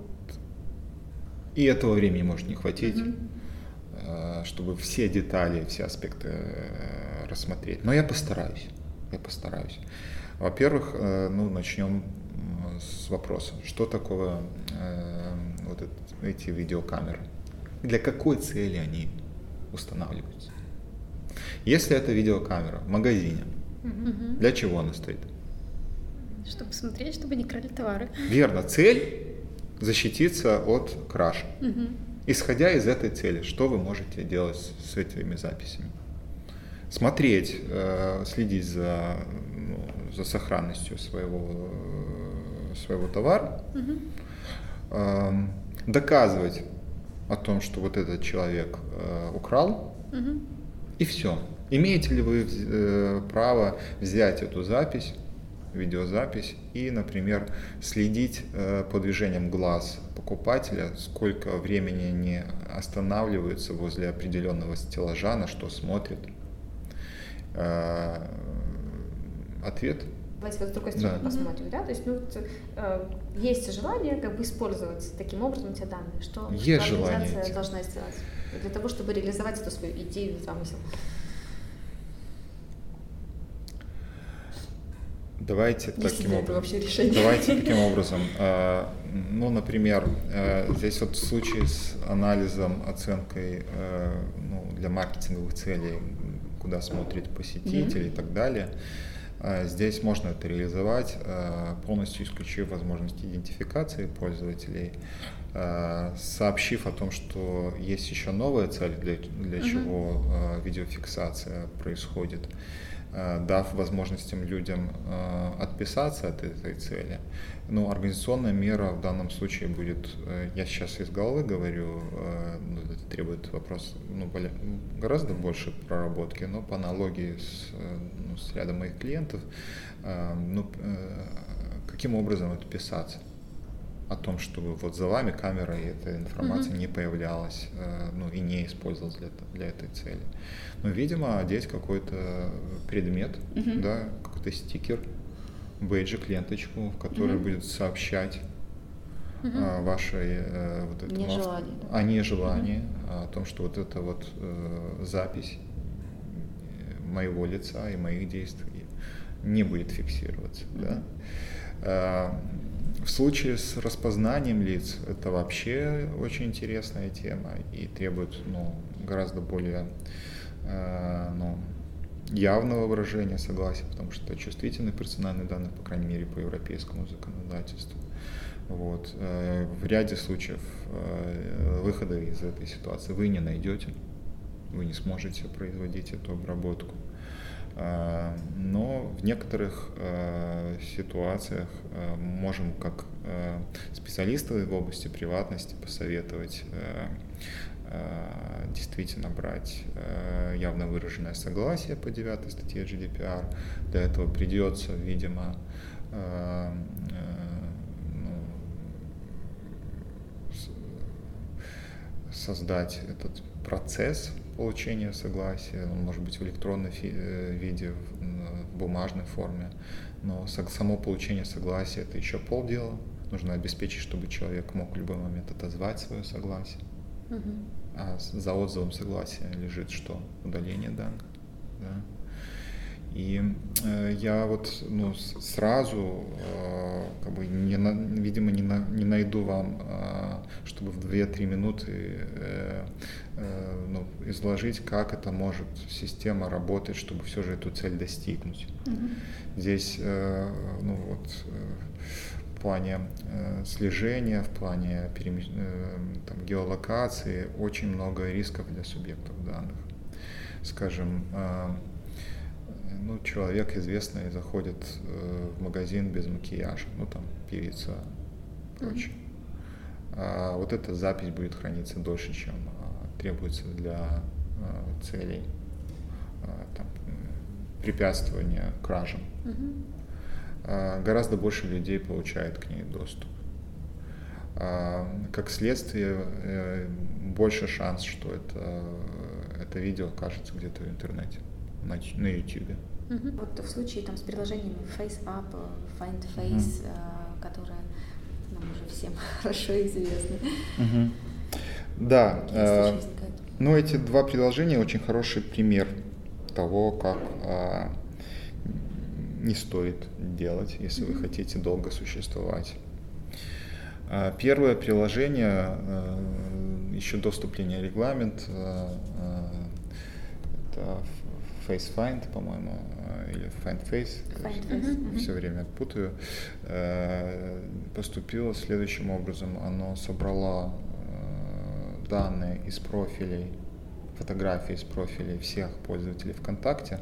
и этого времени может не хватить. Mm-hmm. Чтобы все детали, все аспекты рассмотреть. Но я постараюсь. Я постараюсь. Во-первых, ну, начнем с вопроса. Что такое э, вот это, эти видеокамеры? Для какой цели они устанавливаются? Если это видеокамера в магазине, mm-hmm. для чего она стоит? Чтобы смотреть, чтобы не крали товары. Верно. Цель – защититься от кражи. Mm-hmm. Исходя из этой цели, что вы можете делать с этими записями? Смотреть, э, следить за, ну, за сохранностью своего, своего товара, угу. э, доказывать о том, что вот этот человек э, украл, угу. и все. Имеете ли вы э, право взять эту запись, видеозапись, и, например, следить э, по движениям глаз покупателя, сколько времени они останавливаются возле определенного стеллажа, на что смотрят. Э, ответ? Давайте вот с другой стороны да. посмотрим, да? То есть, ну, вот, э, есть желание как бы использовать таким образом эти данные, что, есть что организация желание. Должна сделать для того, чтобы реализовать эту свою идею, замысел. Давайте таким, об... Давайте таким образом. Ну, например, здесь вот в случае с анализом, оценкой ну, для маркетинговых целей, куда смотрит посетитель mm-hmm. и так далее, здесь можно это реализовать, полностью исключив возможность идентификации пользователей, сообщив о том, что есть еще новая цель, для, для mm-hmm. чего видеофиксация происходит, дав возможностям людям э, отписаться от этой цели. Ну, организационная мера в данном случае будет, э, я сейчас из головы говорю, э, ну, это требует вопрос ну, более, гораздо больше проработки, но по аналогии с, э, ну, с рядом моих клиентов, э, ну, э, каким образом отписаться о том, чтобы вот за вами камера и эта информация mm-hmm. не появлялась, э, ну и не использовалась для, для этой цели. Но, видимо, одеть какой-то предмет, mm-hmm. да, какой-то стикер, бейджик, ленточку, в которой mm-hmm. будет сообщать mm-hmm. э, вашей э, вот этому нежелание, авто, о нежелании, mm-hmm. о том, что вот эта вот э, запись моего лица и моих действий не будет фиксироваться. Да? А, в случае с распознанием лиц это вообще очень интересная тема и требует ну, гораздо более а, ну, явного выражения согласия, потому что это чувствительные персональные данные, по крайней мере, по европейскому законодательству. Вот. В ряде случаев выхода из этой ситуации вы не найдете, вы не сможете производить эту обработку. Но в некоторых ситуациях можем как специалисты в области приватности посоветовать действительно брать явно выраженное согласие по девятой статье джи ди пи ар. Для этого придется, видимо, создать этот процесс получения согласия, он может быть в электронном виде, в бумажной форме, но само получение согласия — это еще полдела. Нужно обеспечить, чтобы человек мог в любой момент отозвать свое согласие. Uh-huh. А за отзывом согласия лежит что? Удаление данных. Да? И э, я вот ну, сразу, э, как бы не на, видимо, не, на, не найду вам, э, чтобы в две-три минуты э, э, ну, изложить, как это может система работать, чтобы все же эту цель достигнуть. Mm-hmm. Здесь э, ну, вот, э, в плане э, слежения, в плане перем... э, там, геолокации очень много рисков для субъектов данных. Скажем, э, ну, человек известный заходит э, в магазин без макияжа, ну там певица и прочее. Mm-hmm. А вот эта запись будет храниться дольше, чем а, требуется для а, целей а, там, препятствования кражам. Mm-hmm. А, гораздо больше людей получает к ней доступ. А, как следствие, э, больше шанс, что это, это видео окажется где-то в интернете, на, на YouTube. Uh-huh. Вот в случае там, с приложениями FaceApp, FindFace, uh-huh. э, которые нам уже всем хорошо известны. Uh-huh. Да, э, ну эти два приложения очень хороший пример того, как э, не стоит делать, если uh-huh. вы хотите долго существовать. Э, первое приложение, э, еще до вступления в регламент, э, э, это FaceFind, по-моему, или FindFace, Find mm-hmm. все время путаю, поступило следующим образом. Оно собрало данные из профилей, фотографии из профилей всех пользователей ВКонтакте.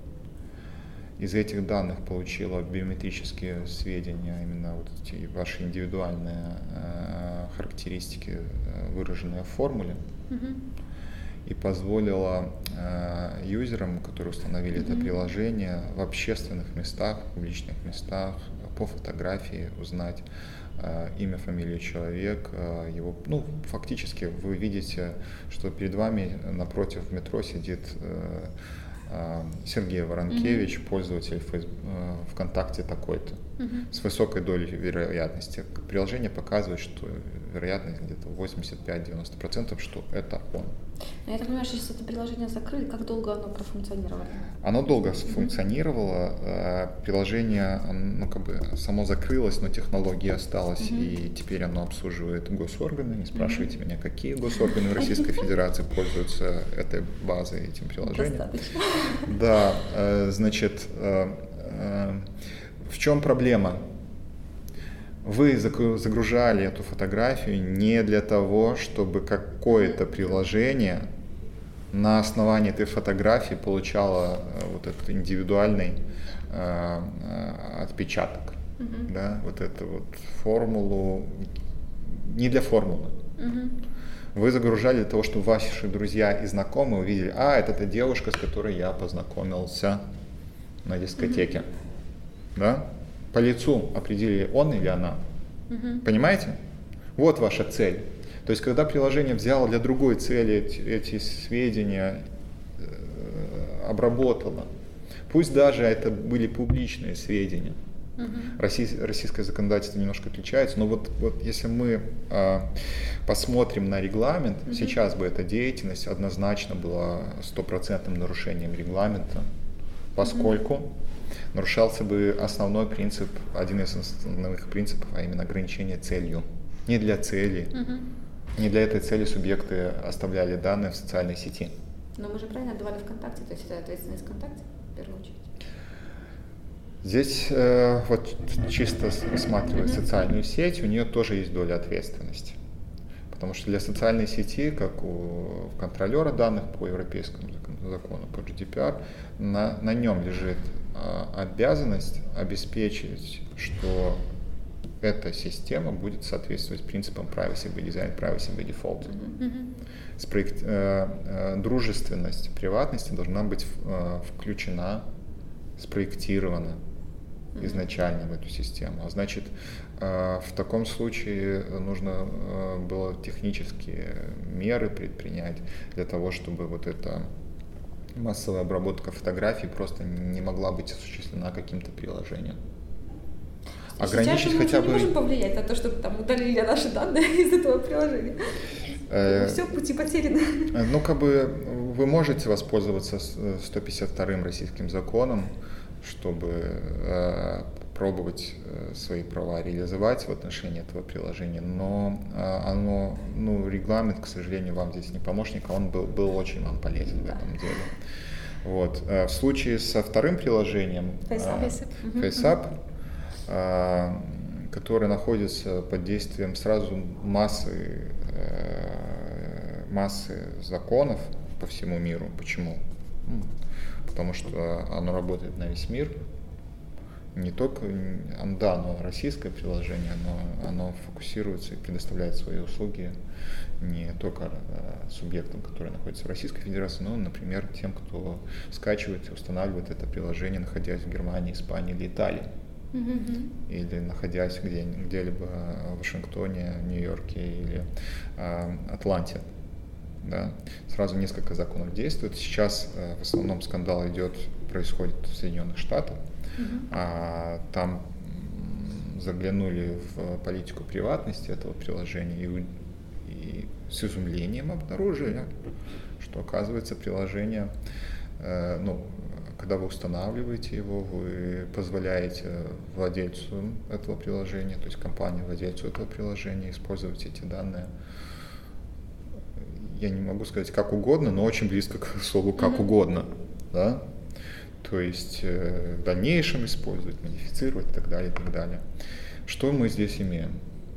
Из этих данных получило биометрические сведения, именно вот эти ваши индивидуальные характеристики, выраженные в формуле. Mm-hmm. И позволила э, юзерам, которые установили mm-hmm. это приложение, в общественных местах, в публичных местах, по фотографии узнать э, имя, фамилию человека, э, его, ну, фактически вы видите, что перед вами напротив в метро сидит э, э, Сергей Воронкевич, mm-hmm. пользователь фейс, э, ВКонтакте такой-то, mm-hmm. с высокой долей вероятности. Приложение показывает, что вероятность где-то восемьдесят пять - девяносто процентов, что это он. Но я так понимаю, что если это приложение закрыли, как долго оно профункционировало? Оно долго mm-hmm. функционировало. Приложение, ну, как бы само закрылось, но технология осталась, mm-hmm. и теперь оно обслуживает госорганы. Не спрашивайте mm-hmm. меня, какие госорганы в Российской Федерации пользуются этой базой, этим приложением. Достаточно. Да, значит, в чем проблема? Вы загружали эту фотографию не для того, чтобы какое-то приложение на основании этой фотографии получало вот этот индивидуальный э, отпечаток, mm-hmm. да, вот эту вот формулу, не для формулы. Mm-hmm. Вы загружали для того, чтобы ваши друзья и знакомые увидели, а, это та девушка, с которой я познакомился на дискотеке, mm-hmm. да? По лицу определили, он или она. Uh-huh. Понимаете? Вот ваша цель. То есть, когда приложение взяло для другой цели эти, эти сведения, э, обработало, пусть даже это были публичные сведения, uh-huh. Россий, российское законодательство немножко отличается, но вот, вот если мы э, посмотрим на регламент, uh-huh. сейчас бы эта деятельность однозначно была стопроцентным нарушением регламента, поскольку mm-hmm. нарушался бы основной принцип, один из основных принципов, а именно ограничение целью. Не для цели, mm-hmm. не для этой цели субъекты оставляли данные в социальной сети. Но мы же правильно отдавали ВКонтакте, то есть это ответственность ВКонтакте в первую очередь. Здесь э, вот чисто рассматривая mm-hmm. социальную сеть, у нее тоже есть доля ответственности. Потому что для социальной сети, как у контролера данных по европейскому закону, по джи ди пи ар, на, на нем лежит а, обязанность обеспечить, что эта система будет соответствовать принципам privacy by design, privacy by default. Mm-hmm. Спроект, э, э, дружественность приватности должна быть э, включена, спроектирована изначально в эту систему. А значит, в таком случае нужно было технические меры предпринять для того, чтобы вот эта массовая обработка фотографий просто не могла быть осуществлена каким-то приложением. Ограничить мы хотя бы... не можем повлиять на то, чтобы там удалили наши данные из этого приложения. Все, пути потеряны. Ну, как бы вы можете воспользоваться сто пятьдесят вторым российским законом, чтобы э, пробовать э, свои права реализовать в отношении этого приложения, но э, оно, ну, регламент, к сожалению, вам здесь не помощник, а он был, был очень вам полезен в этом деле. Вот. Э, в случае со вторым приложением FaceApp, э, FaceApp э, которое находится под действием сразу массы, э, массы законов по всему миру. Почему? Потому что оно работает на весь мир, не только, да, оно российское приложение, но оно фокусируется и предоставляет свои услуги не только субъектам, которые находятся в Российской Федерации, но, например, тем, кто скачивает и устанавливает это приложение, находясь в Германии, Испании или Италии, mm-hmm. или находясь где, где-либо в Вашингтоне, Нью-Йорке или э, Атланте. Да, сразу несколько законов действует. Сейчас э, в основном скандал идет, происходит в Соединенных Штатах. Mm-hmm. А, там м, заглянули в политику приватности этого приложения и, и с изумлением обнаружили, что, оказывается, приложение, э, ну, когда вы устанавливаете его, вы позволяете владельцу этого приложения, то есть компании, владельцу этого приложения, использовать эти данные. Я не могу сказать как угодно, но очень близко к слову как mm-hmm. угодно, да? То есть э, в дальнейшем использовать, модифицировать и так далее, и так далее. Что мы здесь имеем?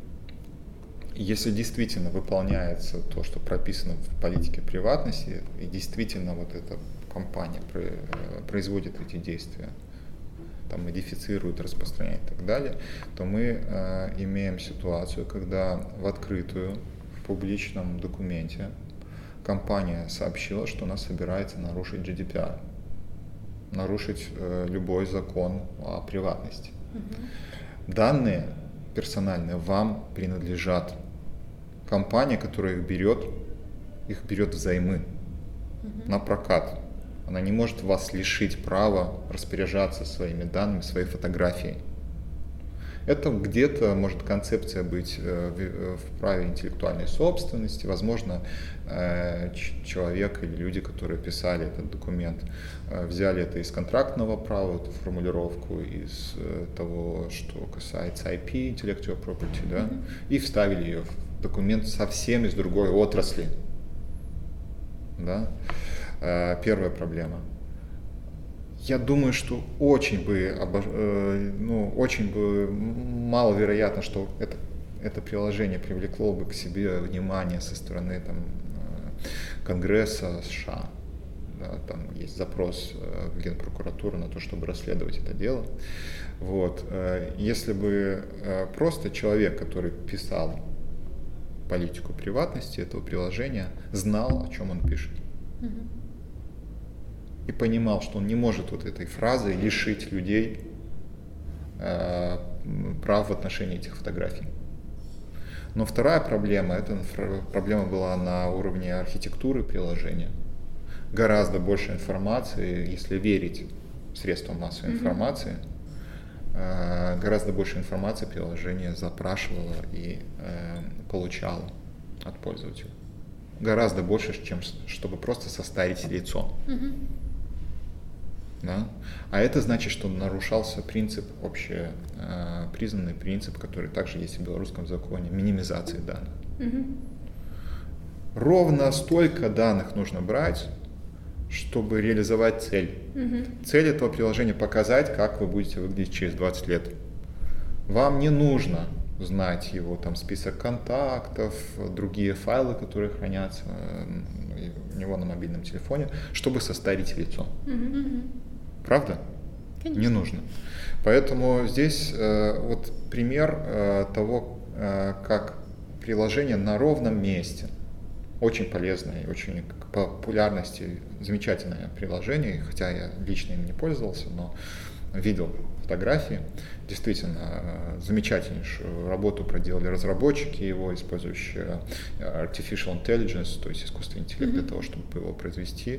Если действительно выполняется то, что прописано в политике приватности, и действительно вот эта компания производит эти действия, там, модифицирует, распространяет и так далее, то мы э, имеем ситуацию, когда в открытую, в публичном документе компания сообщила, что она собирается нарушить джи ди пи ар, нарушить э, любой закон о приватности. Mm-hmm. Данные персональные вам принадлежат. Компания, которая их берет, их берет взаймы, mm-hmm. на прокат. Она не может вас лишить права распоряжаться своими данными, своей фотографией. Это где-то может концепция быть в праве интеллектуальной собственности. Возможно, человек или люди, которые писали этот документ, взяли это из контрактного права, эту формулировку, из того, что касается ай пи, Intellectual Property, да, mm-hmm. и вставили ее в документ совсем из другой отрасли. Да? Первая проблема. Я думаю, что очень бы, ну, очень бы маловероятно, что это, это приложение привлекло бы к себе внимание со стороны там, Конгресса США. Да, там есть запрос в Генпрокуратуру на то, чтобы расследовать это дело. Вот. Если бы просто человек, который писал политику приватности этого приложения, знал, о чем он пишет. Mm-hmm. И понимал, что он не может вот этой фразой лишить людей э, прав в отношении этих фотографий. Но вторая проблема, эта проблема была на уровне архитектуры приложения. Гораздо больше информации, если верить средствам массовой mm-hmm. информации, э, гораздо больше информации приложение запрашивало и э, получало от пользователя. Гораздо больше, чем чтобы просто состарить лицо. Mm-hmm. Да? А это значит, что нарушался принцип, общепризнанный принцип, который также есть в белорусском законе, минимизации данных. Угу. Ровно столько данных нужно брать, чтобы реализовать цель. Угу. Цель этого приложения — показать, как вы будете выглядеть через двадцать лет. Вам не нужно знать его там список контактов, другие файлы, которые хранятся у него на мобильном телефоне, чтобы состарить лицо. Угу. Правда? Конечно. Не нужно. Поэтому здесь э, вот пример э, того, э, как приложение на ровном месте. Очень полезное и очень по популярности замечательное приложение, хотя я лично им не пользовался, но видел фотографии. Действительно, замечательнейшую работу проделали разработчики его, использующие artificial intelligence, то есть искусственный интеллект, mm-hmm. для того, чтобы его произвести.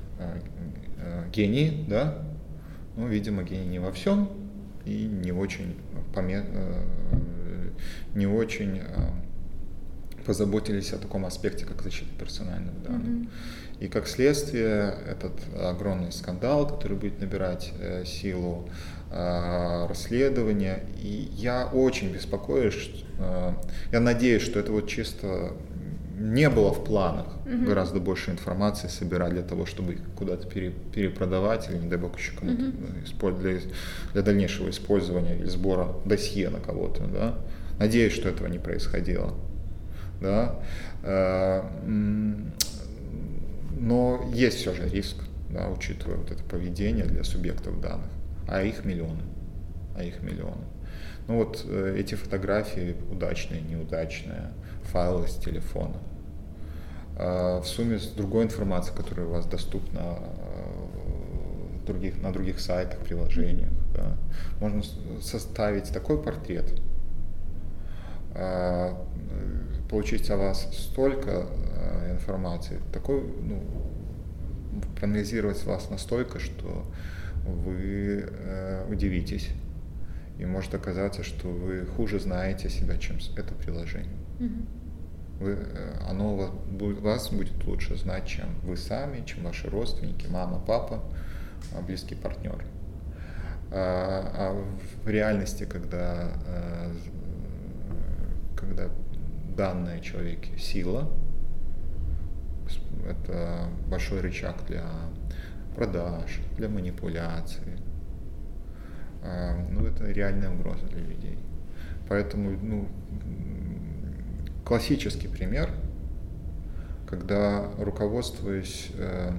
Гений, да? Ну, видимо, гений не во всем и не очень, поме... не очень позаботились о таком аспекте, как защита персональных данных. Mm-hmm. И как следствие, этот огромный скандал, который будет набирать э, силу э, расследования. И я очень беспокоюсь, э, я надеюсь, что это вот чисто не было в планах. Mm-hmm. Гораздо больше информации собирать для того, чтобы их куда-то пере, перепродавать, или, не дай бог, еще кому-то mm-hmm. для, для дальнейшего использования или сбора досье на кого-то. Да? Надеюсь, что этого не происходило. Да? Но есть все же риск, да, учитывая вот это поведение для субъектов данных, а их миллионы, а их миллионы. Ну вот э, эти фотографии удачные, неудачные, файлы с телефона, э, в сумме с другой информацией, которая у вас доступна э, других, на других сайтах, приложениях, да, можно составить такой портрет, э, получить о вас столько э, информации, такой, ну, проанализировать вас настолько, что вы э, удивитесь. И может оказаться, что вы хуже знаете себя, чем это приложение. Mm-hmm. Вы, э, оно вас, вас будет лучше знать, чем вы сами, чем ваши родственники, мама, папа, близкие партнеры. А, а в реальности, когда, э, когда данные человеке сила, это большой рычаг для продаж, для манипуляции. Ну, это реальная угроза для людей. Поэтому, ну, классический пример, когда, руководствуясь,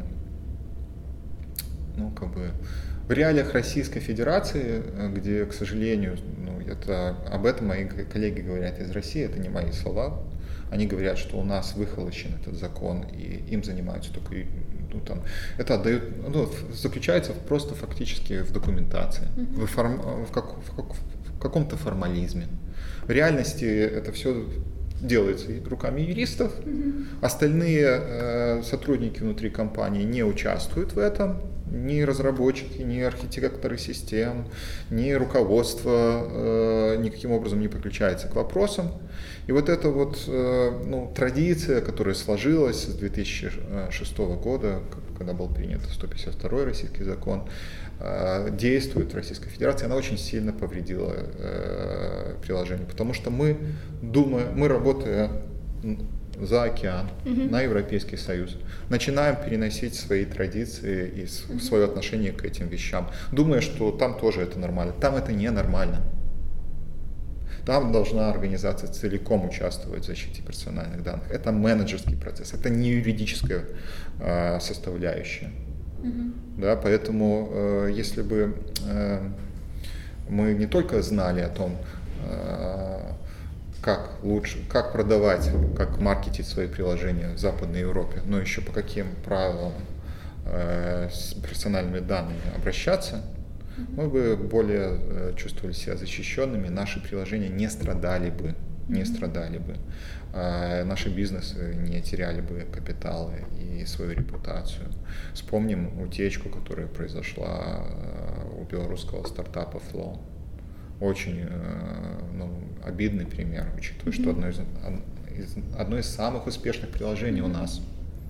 ну, как бы, в реалиях Российской Федерации, где, к сожалению, ну, это, об этом мои коллеги говорят из России, это не мои слова, они говорят, что у нас выхолощен этот закон, и им занимаются только, ну, там, это отдают, ну, заключается просто фактически в документации, mm-hmm. в, форм, в, как, в, как, в каком-то формализме. В реальности это все делается руками юристов, mm-hmm. остальные э, сотрудники внутри компании не участвуют в этом, ни разработчики, ни архитекторы систем, ни руководство э, никаким образом не подключается к вопросам. И вот эта вот э, ну, традиция, которая сложилась с две тысячи шестого года, когда был принят сто пятьдесят второй российский закон, э, действует в Российской Федерации, она очень сильно повредила э, приложению, потому что мы, думая, мы работая за океан, uh-huh. на Европейский Союз, начинаем переносить свои традиции и uh-huh. свое отношение к этим вещам, думая, что там тоже это нормально. Там это не нормально. Там должна организация целиком участвовать в защите персональных данных. Это менеджерский процесс, это не юридическая э, составляющая. Uh-huh. Да, поэтому, э, если бы э, мы не только знали о том, э, как лучше, как продавать, как маркетить свои приложения в Западной Европе, но еще по каким правилам э, с персональными данными обращаться, мы бы более э, чувствовали себя защищенными, наши приложения не страдали бы, не страдали бы, э, наши бизнесы не теряли бы капиталы и свою репутацию. Вспомним утечку, которая произошла э, у белорусского стартапа Flow. Очень ну, обидный пример, учитывая, mm-hmm. что одно из, одно из самых успешных приложений mm-hmm. у нас,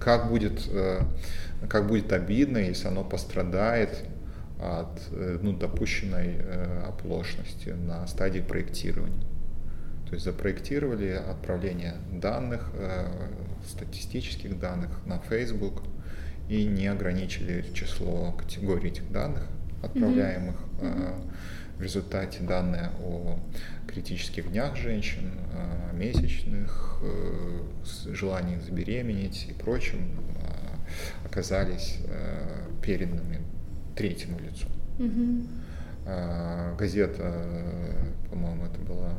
как будет, как будет обидно, если оно пострадает от ну, допущенной оплошности на стадии проектирования. То есть запроектировали отправление данных, статистических данных на Facebook и не ограничили число категорий этих данных, отправляемых. Mm-hmm. В результате данные о критических днях женщин, месячных, желании забеременеть и прочем оказались переданными третьему лицу. Mm-hmm. Газета, по-моему, это была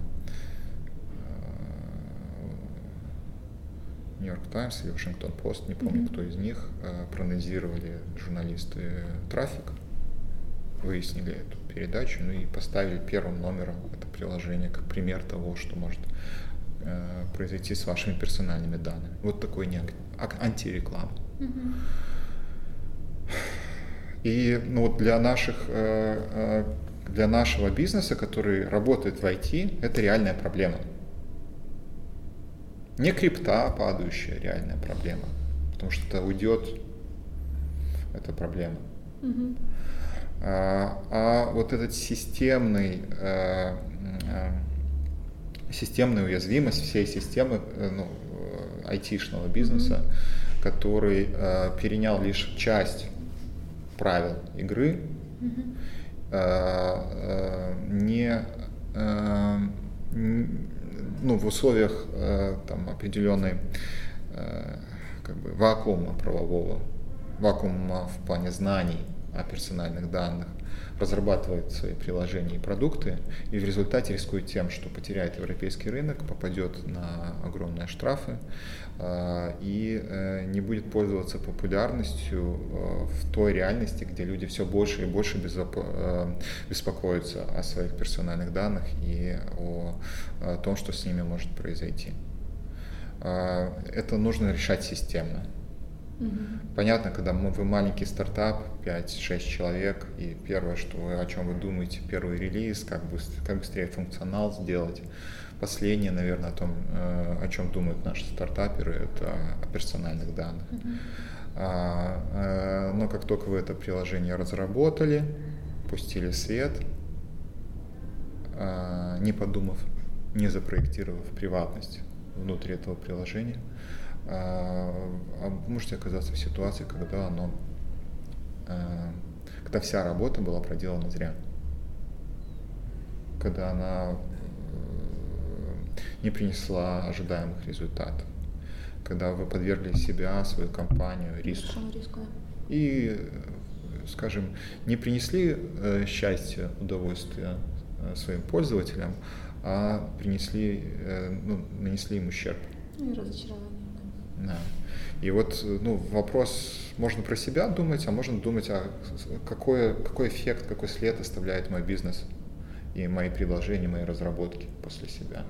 Нью-Йорк Таймс или Вашингтон Пост, не помню, mm-hmm. кто из них, проанализировали журналисты трафик, выяснили эту передачу, ну и поставили первым номером это приложение как пример того, что может э, произойти с вашими персональными данными. Вот такой не антиреклама. Mm-hmm. И ну, вот для наших э, для нашего бизнеса, который работает в ай ти, это реальная проблема. Не крипта падающая, реальная проблема, потому что это уйдет, это проблема. Mm-hmm. А, а вот этот системный, э, э, системная уязвимость всей системы ну, айтишного бизнеса, mm-hmm. который э, перенял лишь часть правил игры, mm-hmm. э, э, не, э, ну, в условиях э, там, определенной э, как бы, вакуума правового, вакуума в плане знаний о персональных данных, разрабатывает свои приложения и продукты, и в результате рискует тем, что потеряет европейский рынок, попадет на огромные штрафы э, и э, не будет пользоваться популярностью э, в той реальности, где люди все больше и больше безоп... э, беспокоятся о своих персональных данных и о, о том, что с ними может произойти. Э, это нужно решать системно. Mm-hmm. Понятно, когда мы, вы маленький стартап, пять-шесть человек, и первое, что вы, о чем вы думаете, первый релиз, как, быстр, как быстрее функционал сделать. Последнее, наверное, о том, о чем думают наши стартаперы, это о персональных данных. Mm-hmm. А, но как только вы это приложение разработали, пустили в свет, не подумав, не запроектировав приватность внутри этого приложения, а можете оказаться в ситуации, когда оно, когда вся работа была проделана зря, когда она не принесла ожидаемых результатов, когда вы подвергли себя, свою компанию риску, риску да. и, скажем, не принесли счастья, удовольствия своим пользователям, а принесли, ну, нанесли им ущерб. И разочарование. Да. И вот ну, вопрос, можно про себя думать, а можно думать, а какой, какой эффект, какой след оставляет мой бизнес и мои предложения, мои разработки после себя.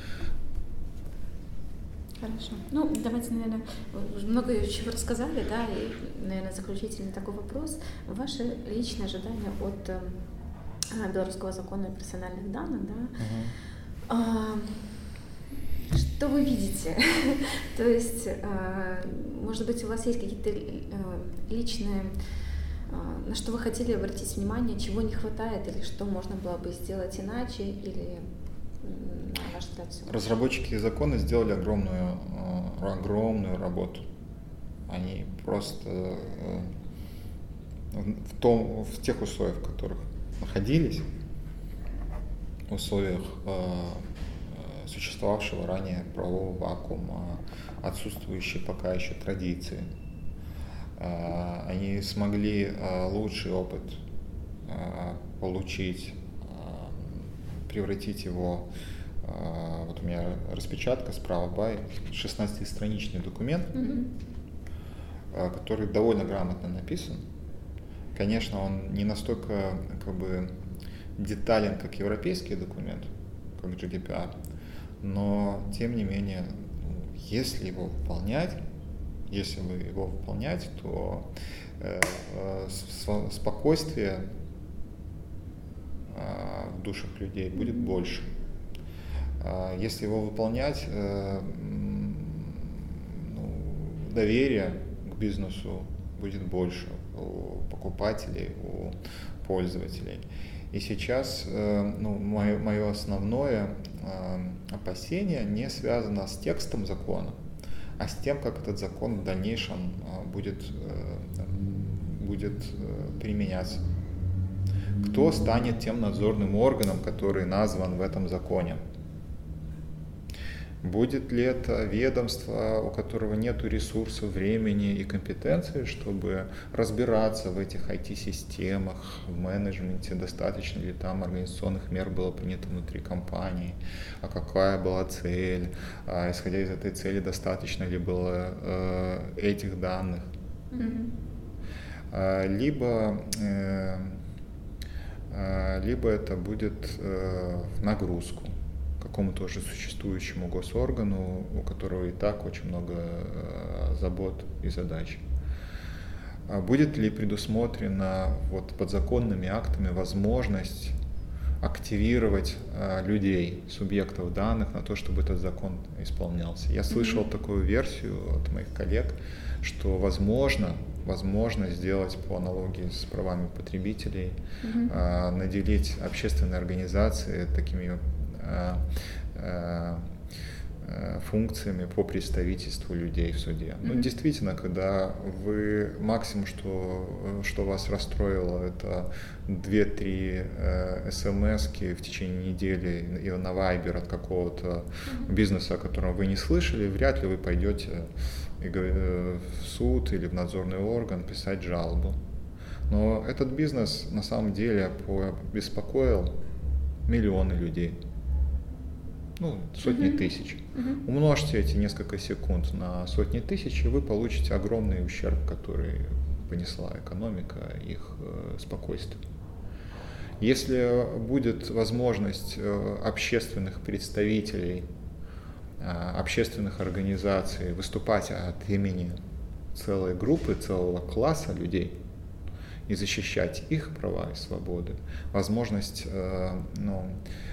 Хорошо. Ну, давайте, наверное, много чего рассказали, да, и, наверное, заключительный такой вопрос. Ваши личные ожидания от э, белорусского закона о персональных данных, да? Uh-huh. А, что вы видите? То есть, может быть, у вас есть какие-то личные, на что вы хотели обратить внимание, чего не хватает, или что можно было бы сделать иначе, или, на ваш взгляд, все? Разработчики закона сделали огромную, огромную работу. Они просто в, том, в тех условиях, в которых находились, в условиях существовавшего ранее правового вакуума, отсутствующей пока еще традиции. Они смогли лучший опыт получить, превратить его, вот у меня распечатка справа, бай, шестнадцатистраничный документ, mm-hmm. который довольно грамотно написан. Конечно, он не настолько как бы детален, как европейский документ, как джи ди пи ар, но, тем не менее, если его выполнять, если вы его выполнять, то э, э, спокойствие э, в душах людей будет больше. Если его выполнять, ну, доверие бизнесу будет больше у покупателей, у пользователей. И сейчас ну, мое, мое основное опасение не связано с текстом закона, а с тем, как этот закон в дальнейшем будет, будет применяться. Кто станет тем надзорным органом, который назван в этом законе? Будет ли это ведомство, у которого нет ресурсов, времени и компетенции, чтобы разбираться в этих ай ти-системах, в менеджменте, достаточно ли там организационных мер было принято внутри компании, а какая была цель, а исходя из этой цели, достаточно ли было э, этих данных. Mm-hmm. А, либо, э, а, либо это будет э, в нагрузку какому-то уже существующему госоргану, у которого и так очень много э, забот и задач. А будет ли предусмотрена вот, подзаконными актами возможность активировать э, людей, субъектов данных на то, чтобы этот закон исполнялся? Я слышал mm-hmm. такую версию от моих коллег, что возможно, возможно сделать по аналогии с правами потребителей, mm-hmm. э, наделить общественные организации такими функциями по представительству людей в суде. Mm-hmm. Ну, действительно, когда вы максимум, что, что вас расстроило, это две-три э, смс-ки в течение недели и на Viber от какого-то mm-hmm. бизнеса, о котором вы не слышали, вряд ли вы пойдете в суд или в надзорный орган писать жалобу. Но этот бизнес на самом деле беспокоил миллионы людей. Ну, сотни uh-huh. тысяч. Uh-huh. Умножьте эти несколько секунд на сотни тысяч, и вы получите огромный ущерб, который понесла экономика, их э, спокойствие. Если будет возможность э, общественных представителей, э, общественных организаций выступать от имени целой группы, целого класса людей и защищать их права и свободы, возможность э, ну,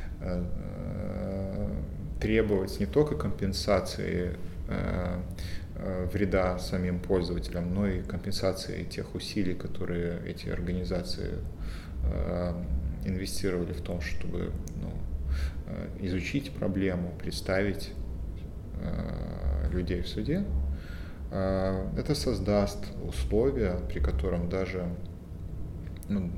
требовать не только компенсации э, э, вреда самим пользователям, но и компенсации тех усилий, которые эти организации э, инвестировали в том, чтобы ну, э, изучить проблему, представить э, людей в суде. Э, это создаст условия, при котором даже ну,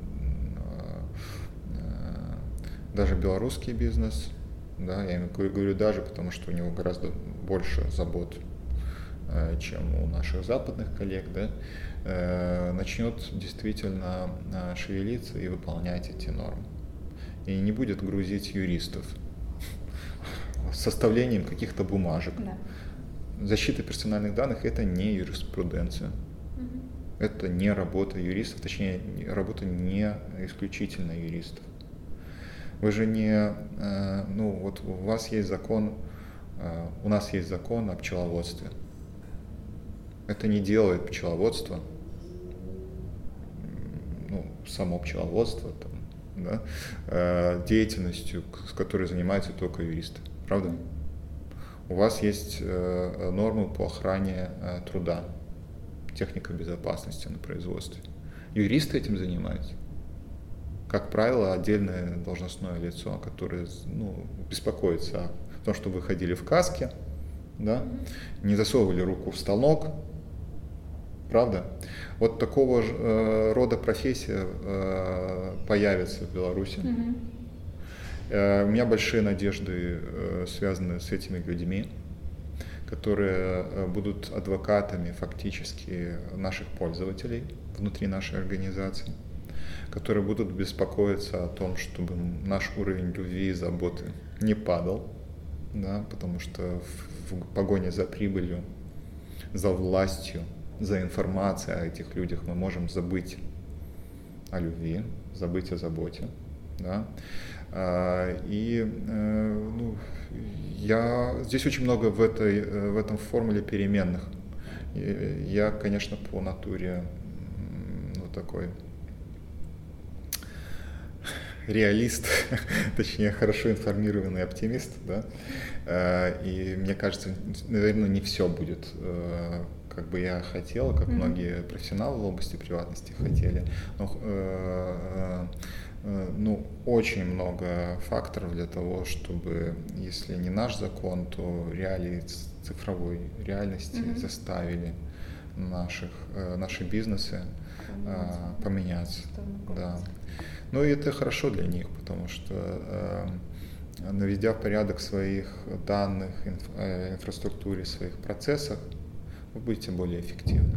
даже белорусский бизнес, да, я говорю даже, потому что у него гораздо больше забот, чем у наших западных коллег, да, начнет действительно шевелиться и выполнять эти нормы. И не будет грузить юристов составлением каких-то бумажек. Да. Защита персональных данных – это не юриспруденция. Угу. Это не работа юристов, точнее, работа не исключительно юристов. Вы же не, ну вот у вас есть закон, у нас есть закон о пчеловодстве. Это не делает пчеловодство, ну, само пчеловодство, там, да, деятельностью, с которой занимаются только юристы. Правда? У вас есть нормы по охране труда, техника безопасности на производстве. Юристы этим занимаются. Как правило, отдельное должностное лицо, которое ну, беспокоится о том, чтобы вы ходили в каске, да, не засовывали руку в станок, правда? Вот такого же, э, рода профессия э, появится в Беларуси. Mm-hmm. Э, у меня большие надежды э, связаны с этими людьми, которые э, будут адвокатами фактически наших пользователей внутри нашей организации, которые будут беспокоиться о том, чтобы наш уровень любви и заботы не падал, да, потому что в, в погоне за прибылью, за властью, за информацией о этих людях мы можем забыть о любви, забыть о заботе. Да. А, и э, ну, я, здесь очень много в, этой, в этом формуле переменных. И я, конечно, по натуре ну, такой реалист, точнее, хорошо информированный оптимист, да, и мне кажется, наверное, не все будет, как бы я хотел, как mm-hmm. многие профессионалы в области приватности хотели, но, ну, очень много факторов для того, чтобы, если не наш закон, то реалии цифровой реальности mm-hmm. заставили наших, наши бизнесы поменяться. поменяться. Да. Ну и это хорошо для них, потому что э, наведя в порядок своих данных, инф, э, инфраструктуре, своих процессах, вы будете более эффективны.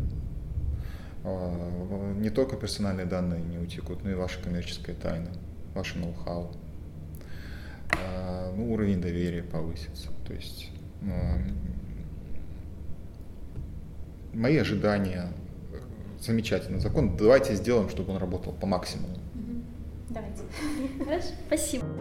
Э, не только персональные данные не утекут, но и ваша коммерческая тайна, ваше ноу-хау. Э, ну, уровень доверия повысится. То есть э, мои ожидания, замечательный закон, давайте сделаем, чтобы он работал по максимуму. Давайте. Хорошо, спасибо.